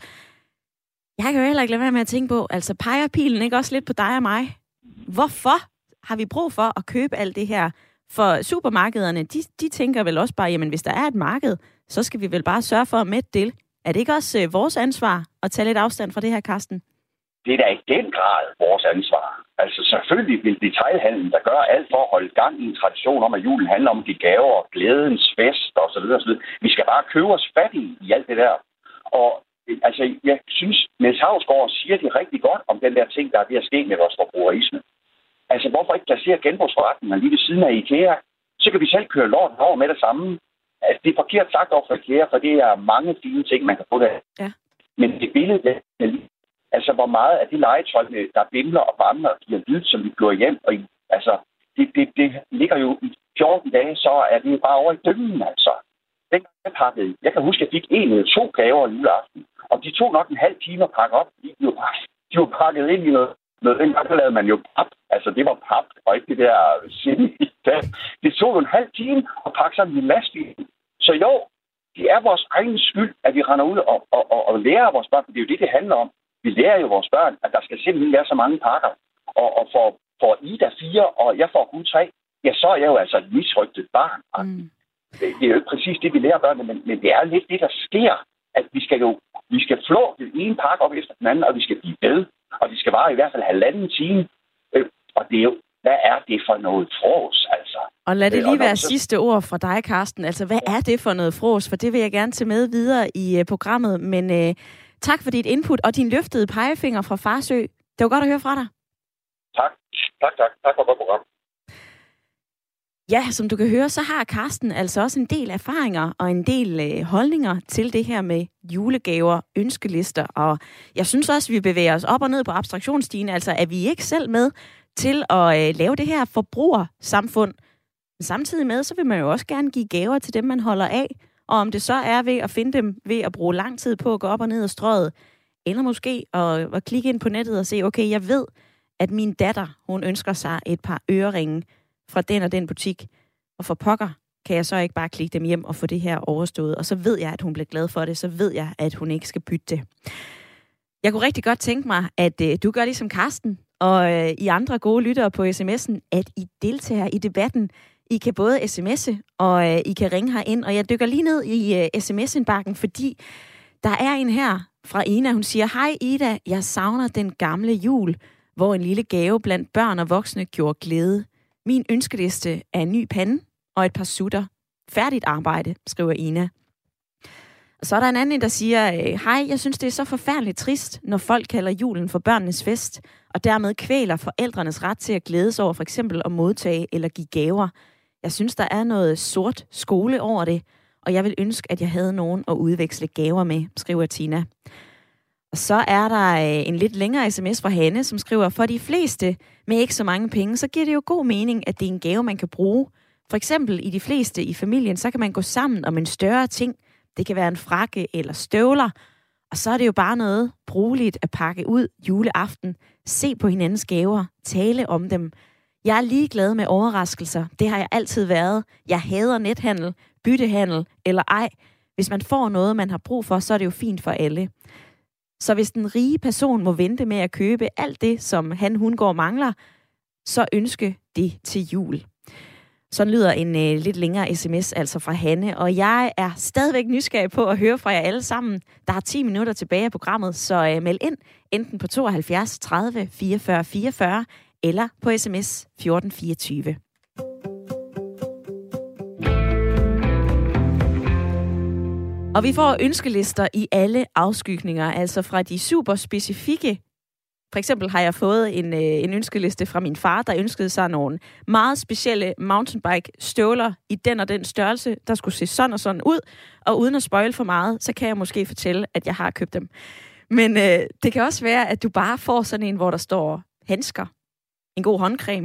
jeg kan jo heller ikke lade være med at tænke på, altså peger pilen ikke også lidt på dig og mig? Hvorfor har vi brug for at købe alt det her? For supermarkederne, de tænker vel også bare, jamen hvis der er et marked, så skal vi vel bare sørge for at mætte det. Er det ikke også vores ansvar at tage lidt afstand fra det her, Carsten? Det er da i den grad vores ansvar. Altså selvfølgelig vil detailhandlen, der gør alt for at holde gang i en tradition om, at julen handler om de gaver, glædens fest osv. Vi skal bare købe os fattige i alt det der. Og altså, jeg synes, Niels Hausgaard siger det rigtig godt om den der ting, der er ved at ske med vores forbrugerisme. Altså, hvorfor ikke placere genbrugsforretninger lige ved siden af IKEA? Så kan vi selv køre lorten over med det samme. Altså, det er forkert sagt over for IKEA, for det er mange fine ting, man kan få der. Ja. Men det billede, altså, hvor meget af de legetøj, der bimler og bamler og giver lyd, som vi går hjem, og altså, det ligger jo i 14 dage, så er det jo bare over i dømmen, altså. Jeg kan huske, at jeg fik 1 eller 2 gaver juleaften, og de tog nok en halv time at pakke op, fordi de var pakket ind i noget. Dengang lavede man jo pap. Altså, det var pap, og ikke det der det tog jo en halv time at pakke sådan en lastbil. Så jo, det er vores egen skyld, at vi render ud og lærer vores børn, for det er jo det handler om. Vi lærer jo vores børn, at der skal simpelthen være så mange pakker. Og for Ida 4, og jeg får kun 3, ja, så er jeg jo altså et misrygtet barn. Det er jo ikke præcis det, vi lærer børnene, men det er lidt det, der sker, at vi skal flå den ene pakke op efter den anden, og vi skal blive ved. Og det skal vare i hvert fald 1,5 time. Og det er jo, hvad er det for noget frås, altså? Og lad det lige være sidste ord fra dig, Carsten. Altså, hvad er det for noget frås? For det vil jeg gerne tage med videre i programmet. Men tak for dit input og din løftede pegefinger fra Farsø. Det var godt at høre fra dig. Tak. Tak for godt program. Ja, som du kan høre, så har Carsten altså også en del erfaringer og en del holdninger til det her med julegaver, ønskelister. Og jeg synes også, at vi bevæger os op og ned på abstraktionsstigen. Altså, er vi ikke selv med til at lave det her forbrugersamfund? Men samtidig med, så vil man jo også gerne give gaver til dem, man holder af. Og om det så er ved at finde dem ved at bruge lang tid på at gå op og ned ad strøget, eller måske at klikke ind på nettet og se, okay, jeg ved, at min datter, hun ønsker sig et par øreringe fra den og den butik, og for pokker kan jeg så ikke bare klikke dem hjem og få det her overstået, og så ved jeg, at hun bliver glad for det, så ved jeg, at hun ikke skal bytte det. Jeg kunne rigtig godt tænke mig, at du gør ligesom Carsten, og I andre gode lyttere på sms'en, at I deltager i debatten. I kan både sms'e, og I kan ringe herind, og jeg dykker lige ned i sms-indbakken, fordi der er en her fra Ina, hun siger, hej Ida, jeg savner den gamle jul, hvor en lille gave blandt børn og voksne gjorde glæde. Min ønskeliste er en ny pande og et par sutter. Færdigt arbejde, skriver Ina. Og så er der en anden, der siger, hej, jeg synes, det er så forfærdeligt trist, når folk kalder julen for børnenes fest, og dermed kvæler forældrenes ret til at glædes over for eksempel at modtage eller give gaver. Jeg synes, der er noget sort skole over det, og jeg vil ønske, at jeg havde nogen at udveksle gaver med, skriver Tina. Og så er der en lidt længere sms fra Hanne, som skriver, for de fleste med ikke så mange penge, så giver det jo god mening, at det er en gave, man kan bruge. For eksempel i de fleste i familien, så kan man gå sammen om en større ting. Det kan være en frakke eller støvler. Og så er det jo bare noget brugeligt at pakke ud juleaften. Se på hinandens gaver. Tale om dem. Jeg er ligeglad med overraskelser. Det har jeg altid været. Jeg hader nethandel, byttehandel eller ej. Hvis man får noget, man har brug for, så er det jo fint for alle. Så hvis den rige person må vente med at købe alt det, som hun går og mangler, så ønske det til jul. Sådan lyder en lidt længere sms altså fra Hanne, og jeg er stadigvæk nysgerrig på at høre fra jer alle sammen. Der er 10 minutter tilbage af programmet, så meld ind enten på 72 30 44 44 eller på sms 1424. Og vi får ønskelister i alle afskygninger, altså fra de super specifikke. For eksempel har jeg fået en ønskeliste fra min far, der ønskede sig nogle meget specielle mountainbike-støvler i den og den størrelse, der skulle se sådan og sådan ud. Og uden at spoile for meget, så kan jeg måske fortælle, at jeg har købt dem. Men det kan også være, at du bare får sådan en, hvor der står handsker, en god håndcreme,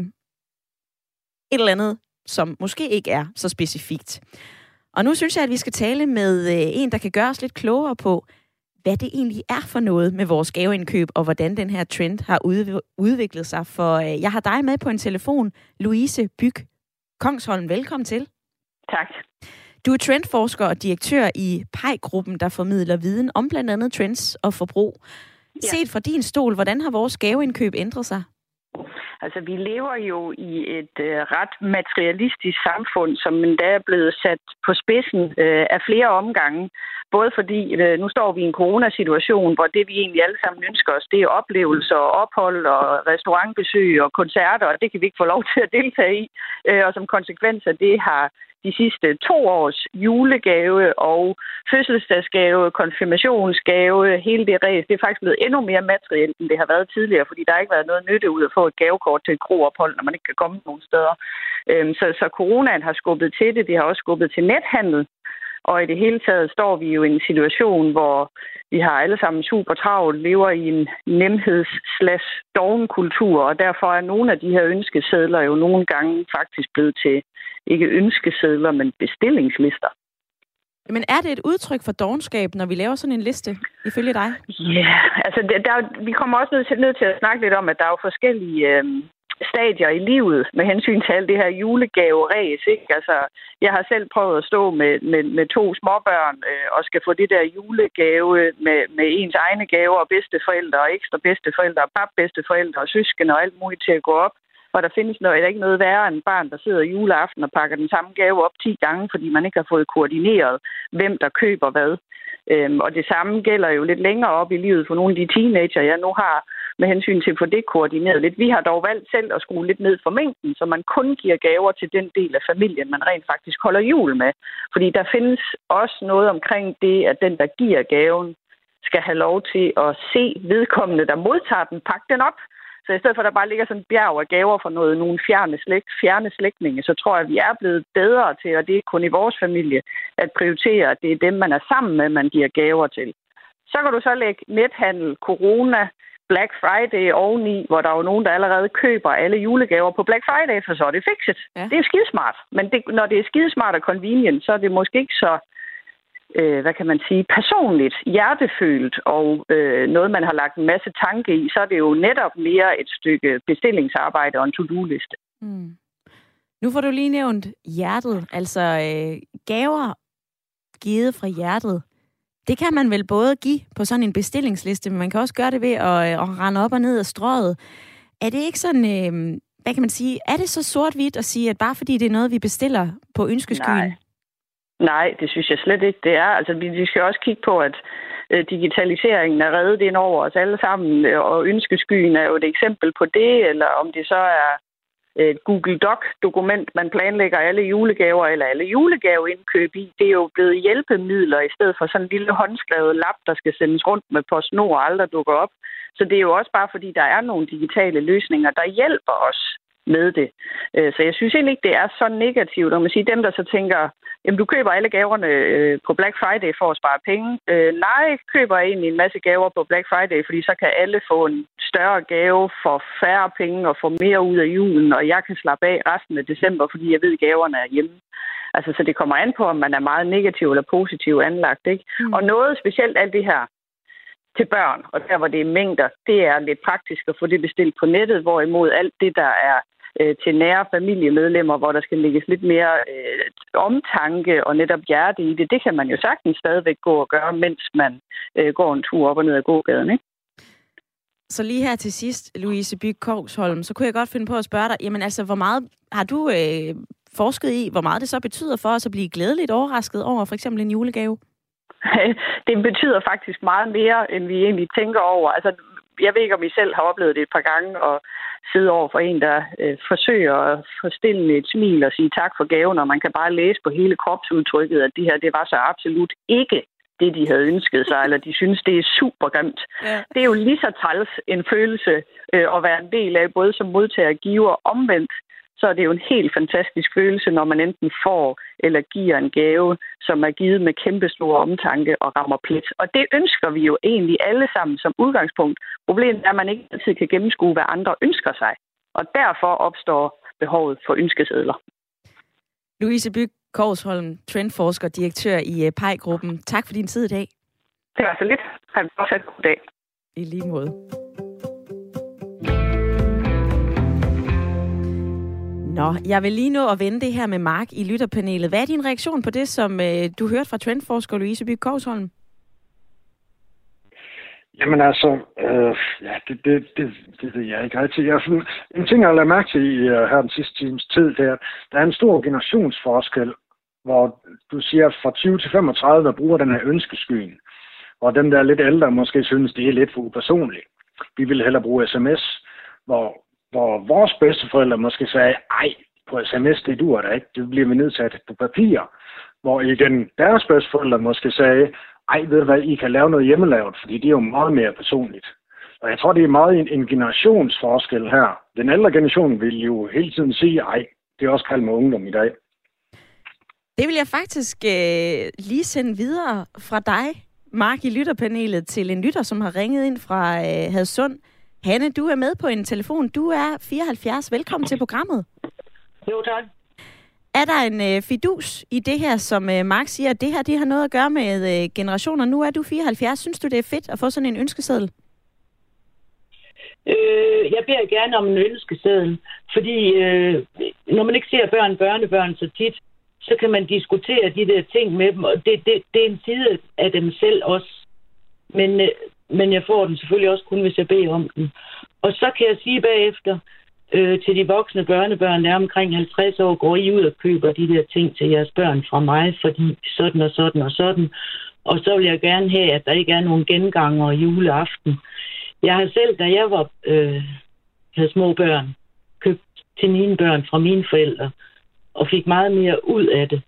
et eller andet, som måske ikke er så specifikt. Og nu synes jeg, at vi skal tale med en, der kan gøre os lidt klogere på, hvad det egentlig er for noget med vores gaveindkøb, og hvordan den her trend har udviklet sig. For jeg har dig med på en telefon, Louise Byg Kongsholm. Velkommen til. Tak. Du er trendforsker og direktør i PEI-gruppen, der formidler viden om blandt andet trends og forbrug. Ja. Set fra din stol, hvordan har vores gaveindkøb ændret sig? Altså, vi lever jo i et ret materialistisk samfund, som endda er blevet sat på spidsen af flere omgange. Både fordi, nu står vi i en coronasituation, hvor det vi egentlig alle sammen ønsker os, det er oplevelser og ophold og restaurantbesøg og koncerter, og det kan vi ikke få lov til at deltage i. Og som konsekvens af det har de sidste 2 års julegave og fødselsdagsgave, konfirmationsgave, hele det ræs, det er faktisk blevet endnu mere materielt, end det har været tidligere, fordi der har ikke været noget nytte ud at få et gavekort til et kroophold, når man ikke kan komme nogen steder. Så coronaen har skubbet til det, det har også skubbet til nethandel, og i det hele taget står vi jo i en situation, hvor vi har alle sammen super travlt, lever i en nemheds/dovenkultur, og derfor er nogle af de her ønskesedler jo nogle gange faktisk blevet til ikke ønskesedler, men bestillingslister. Men er det et udtryk for dovenskab, når vi laver sådan en liste, ifølge dig? Ja, altså vi kommer også nødt til at snakke lidt om, at der er jo forskellige stadier i livet med hensyn til alt det her julegave-ræs, ikke? Altså, jeg har selv prøvet at stå med 2 småbørn og skal få det der julegave med ens egne gaver og bedsteforældre og ekstra bedsteforældre og papbedsteforældre og søskende og alt muligt til at gå op. Og der findes ikke noget værre end barn, der sidder juleaften og pakker den samme gave op 10 gange, fordi man ikke har fået koordineret, hvem der køber hvad. Og det samme gælder jo lidt længere op i livet for nogle af de teenager, jeg nu har med hensyn til at få det koordineret lidt. Vi har dog valgt selv at skrue lidt ned for mængden, så man kun giver gaver til den del af familien, man rent faktisk holder jul med. Fordi der findes også noget omkring det, at den, der giver gaven, skal have lov til at se vedkommende, der modtager den, pakke den op. Så i stedet for, at der bare ligger sådan en bjerg af gaver for nogle fjerne slægtninge, så tror jeg, at vi er blevet bedre til, og det er kun i vores familie, at prioritere, at det er dem, man er sammen med, man giver gaver til. Så kan du så lægge nethandel, corona, Black Friday oveni, hvor der er jo nogen, der allerede køber alle julegaver på Black Friday, for så er det fikset. Ja. Det er jo skidesmart. Men når det er skidesmart og convenient, så er det måske ikke så hvad kan man sige, personligt, hjertefølt og noget, man har lagt en masse tanke i, så er det jo netop mere et stykke bestillingsarbejde og en to-do-liste. Mm. Nu får du lige nævnt hjertet, altså gaver givet fra hjertet. Det kan man vel både give på sådan en bestillingsliste, men man kan også gøre det ved at rende op og ned af strøget. Er det ikke sådan, hvad kan man sige, er det så sort-hvidt at sige, at bare fordi det er noget, vi bestiller på ønskeskyen? Nej, det synes jeg slet ikke, det er. Altså, vi skal også kigge på, at digitaliseringen er reddet ind over os alle sammen, og ønskeskyen er jo et eksempel på det, eller om det så er et Google Doc-dokument, man planlægger alle julegaver eller alle julegaveindkøb i. Det er jo blevet hjælpemidler i stedet for sådan en lille håndskrevet lap, der skal sendes rundt med PostNord og aldrig dukker op. Så det er jo også bare, fordi der er nogle digitale løsninger, der hjælper os med det. Så jeg synes egentlig ikke, det er så negativt. Og man siger, dem, der så tænker, jamen du køber alle gaverne på Black Friday for at spare penge. Nej, køber egentlig en masse gaver på Black Friday, fordi så kan alle få en større gave for færre penge og få mere ud af julen, og jeg kan slappe af resten af december, fordi jeg ved, at gaverne er hjemme. Altså, så det kommer an på, om man er meget negativ eller positiv anlagt, ikke? Og noget specielt alt det her til børn, og der hvor det er mængder, det er lidt praktisk at få det bestilt på nettet, hvorimod alt det, der er til nære familiemedlemmer, hvor der skal lægges lidt mere omtanke og netop hjerte i det. Det kan man jo sagtens stadigvæk gå og gøre, mens man går en tur op og ned ad gågaden, ikke? Så lige her til sidst, Louise Bygh Kousholm, så kunne jeg godt finde på at spørge dig, jamen altså, hvor meget har du forsket i, hvor meget det så betyder for os at blive glædeligt overrasket over for eksempel en julegave? Det betyder faktisk meget mere, end vi egentlig tænker over. Altså, jeg ved ikke, om I selv har oplevet det et par gange, og sidde over for en, der forsøger at forstille et smil og sige tak for gaven, og man kan bare læse på hele kropsudtrykket, at det var så absolut ikke det, de havde ønsket sig, eller de synes, det er super grimt. Ja. Det er jo lige så træls en følelse at være en del af, både som modtager og giver. Omvendt, så er det jo en helt fantastisk følelse, når man enten får eller giver en gave, som er givet med kæmpe stor omtanke og rammer plet. Og det ønsker vi jo egentlig alle sammen som udgangspunkt. Problemet er, at man ikke altid kan gennemskue, hvad andre ønsker sig. Og derfor opstår behovet for ønskesedler. Louise Bygh Kousholm, trendforsker, direktør i PEI-gruppen. Tak for din tid i dag. Det var så lidt. Ha' en fortsat god dag. I lige måde. Nå, jeg vil lige nå at vende det her med Mark i lytterpanelet. Hvad er din reaktion på det, som du hørte fra trendforsker Louise Bygh Kousholm? Jamen altså, det ved jeg ikke rigtig. En ting, jeg har lagt mærke til her den sidste times tid, det er, at der er en stor generationsforskel, hvor du siger, fra 20 til 35 bruger den her ønskeskyen, og dem, der er lidt ældre, måske synes, det er lidt for upersonligt. Vi vil hellere bruge sms, hvor vores bedsteforældre måske sagde, ej, på sms, det duer da ikke, det bliver vi nedsat på papir. Hvor igen deres bedsteforældre måske sagde, ej, ved du hvad, I kan lave noget hjemmelavet, fordi det er jo meget mere personligt. Og jeg tror, det er meget en generationsforskel her. Den ældre generation vil jo hele tiden sige, ej, det er også kaldt med ungdom i dag. Det vil jeg faktisk lige sende videre fra dig, Mark, i lytterpanelet, til en lytter, som har ringet ind fra Hadsund. Hanne, du er med på en telefon. Du er 74. Velkommen til programmet. Jo, tak. Er der en fidus i det her, som Mark siger, at det her det har noget at gøre med generationer? Nu er du 74. Synes du, det er fedt at få sådan en ønskeseddel? Jeg beder gerne om en ønskeseddel, fordi når man ikke ser børnebørn så tit, så kan man diskutere de der ting med dem, og det er en side af dem selv også. Men jeg får den selvfølgelig også kun, hvis jeg beder om den. Og så kan jeg sige bagefter til de voksne børnebørn, der er omkring 50 år, går I ud og køber de der ting til jeres børn fra mig, fordi sådan og sådan og sådan. Og så vil jeg gerne have, at der ikke er nogen genganger juleaften. Jeg har selv, da jeg havde små børn, købt til mine børn fra mine forældre, og fik meget mere ud af det,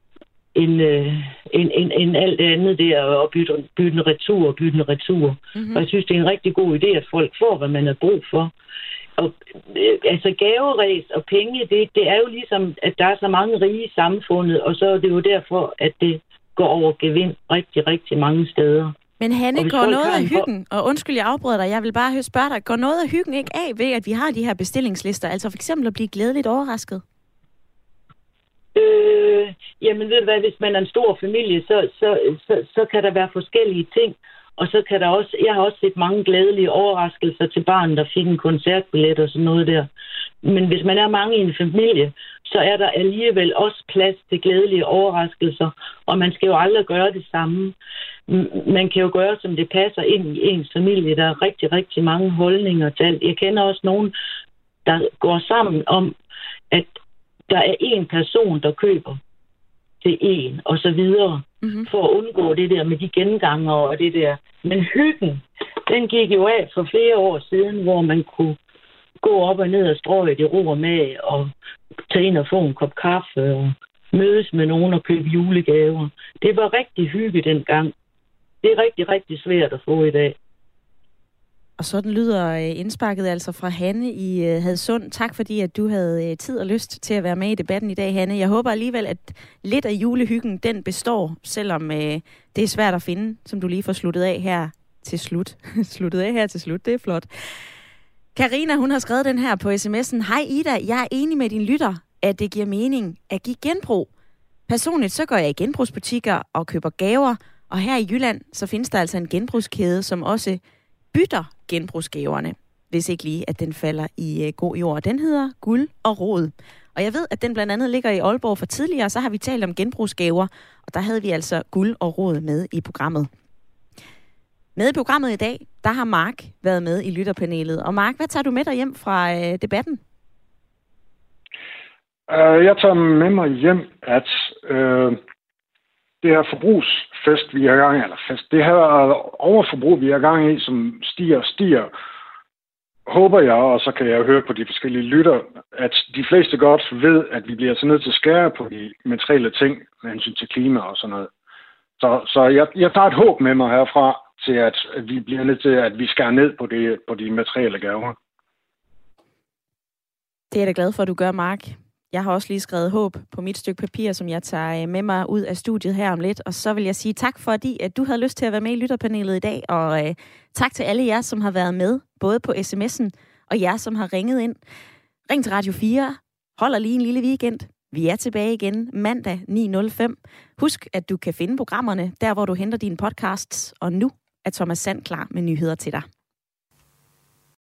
end alt andet der, og bytte en retur. Mm-hmm. Og jeg synes, det er en rigtig god idé, at folk får, hvad man har brug for. Og altså gaveræs og penge, det er jo ligesom, at der er så mange rige i samfundet, og så er det jo derfor, at det går over gevind rigtig, rigtig mange steder. Men Hanne, går noget af hyggen, og undskyld, jeg afbryder dig, jeg vil bare spørge dig, går noget af hyggen ikke af ved, at vi har de her bestillingslister, altså for eksempel at blive glædeligt overrasket? Jamen ved du hvad, hvis man er en stor familie, så kan der være forskellige ting. Og så kan der også, jeg har også set mange glædelige overraskelser til barnet, der fik en koncertbillet og sådan noget der. Men hvis man er mange i en familie, så er der alligevel også plads til glædelige overraskelser. Og man skal jo aldrig gøre det samme. Man kan jo gøre, som det passer ind i ens familie. Der er rigtig, rigtig mange holdninger til alt. Jeg kender også nogen, der går sammen om, at der er en person, der køber til en, og så videre, for at undgå det der med de genganger og det der. Men hyggen, den gik jo af for flere år siden, hvor man kunne gå op og ned og strøge det ro med, og tage ind og få en kop kaffe, og mødes med nogen og købe julegaver. Det var rigtig hygge dengang. Det er rigtig, rigtig svært at få i dag. Og sådan lyder indsparket altså fra Hanne i Hadsund. Tak fordi, at du havde tid og lyst til at være med i debatten i dag, Hanne. Jeg håber alligevel, at lidt af julehyggen, den består, selvom det er svært at finde, som du lige får sluttet af her til slut. Sluttet af her til slut, det er flot. Karina, hun har skrevet den her på sms'en. Hej Ida, jeg er enig med din lytter, at det giver mening at give genbrug. Personligt så går jeg i genbrugsbutikker og køber gaver, og her i Jylland, så findes der altså en genbrugskæde, som også bytter genbrugsgaverne. hvis ikke lige, at den falder i god jord. Den hedder Guld og Rod. Og jeg ved, at den blandt andet ligger i Aalborg for tidligere, så har vi talt om genbrugsgaver, og der havde vi altså Guld og Rod med i programmet. Med i programmet i dag, der har Mark været med i lytterpanelet. Og Mark, hvad tager du med dig hjem fra debatten? Jeg tager med mig hjem, at det her forbrugsfest, vi er i gang i, det her overforbrug, vi er i gang i, som stiger, håber jeg, og så kan jeg høre på de forskellige lytter, at de fleste godt ved, at vi bliver altså nødt til at skære på de materielle ting med hensyn til klima og sådan noget. Så jeg tager et håb med mig herfra til, at vi bliver nødt til, at vi skærer ned på de materielle gaver. Det er jeg da glad for, at du gør, Mark. Jeg har også lige skrevet håb på mit stykke papir, som jeg tager med mig ud af studiet her om lidt. Og så vil jeg sige tak, fordi at du havde lyst til at være med i lytterpanelet i dag. Og tak til alle jer, som har været med, både på sms'en og jer, som har ringet ind. Ring til Radio 4. Holder lige en lille weekend. Vi er tilbage igen mandag 9.05. Husk, at du kan finde programmerne der, hvor du henter dine podcasts. Og nu er Thomas Sand klar med nyheder til dig.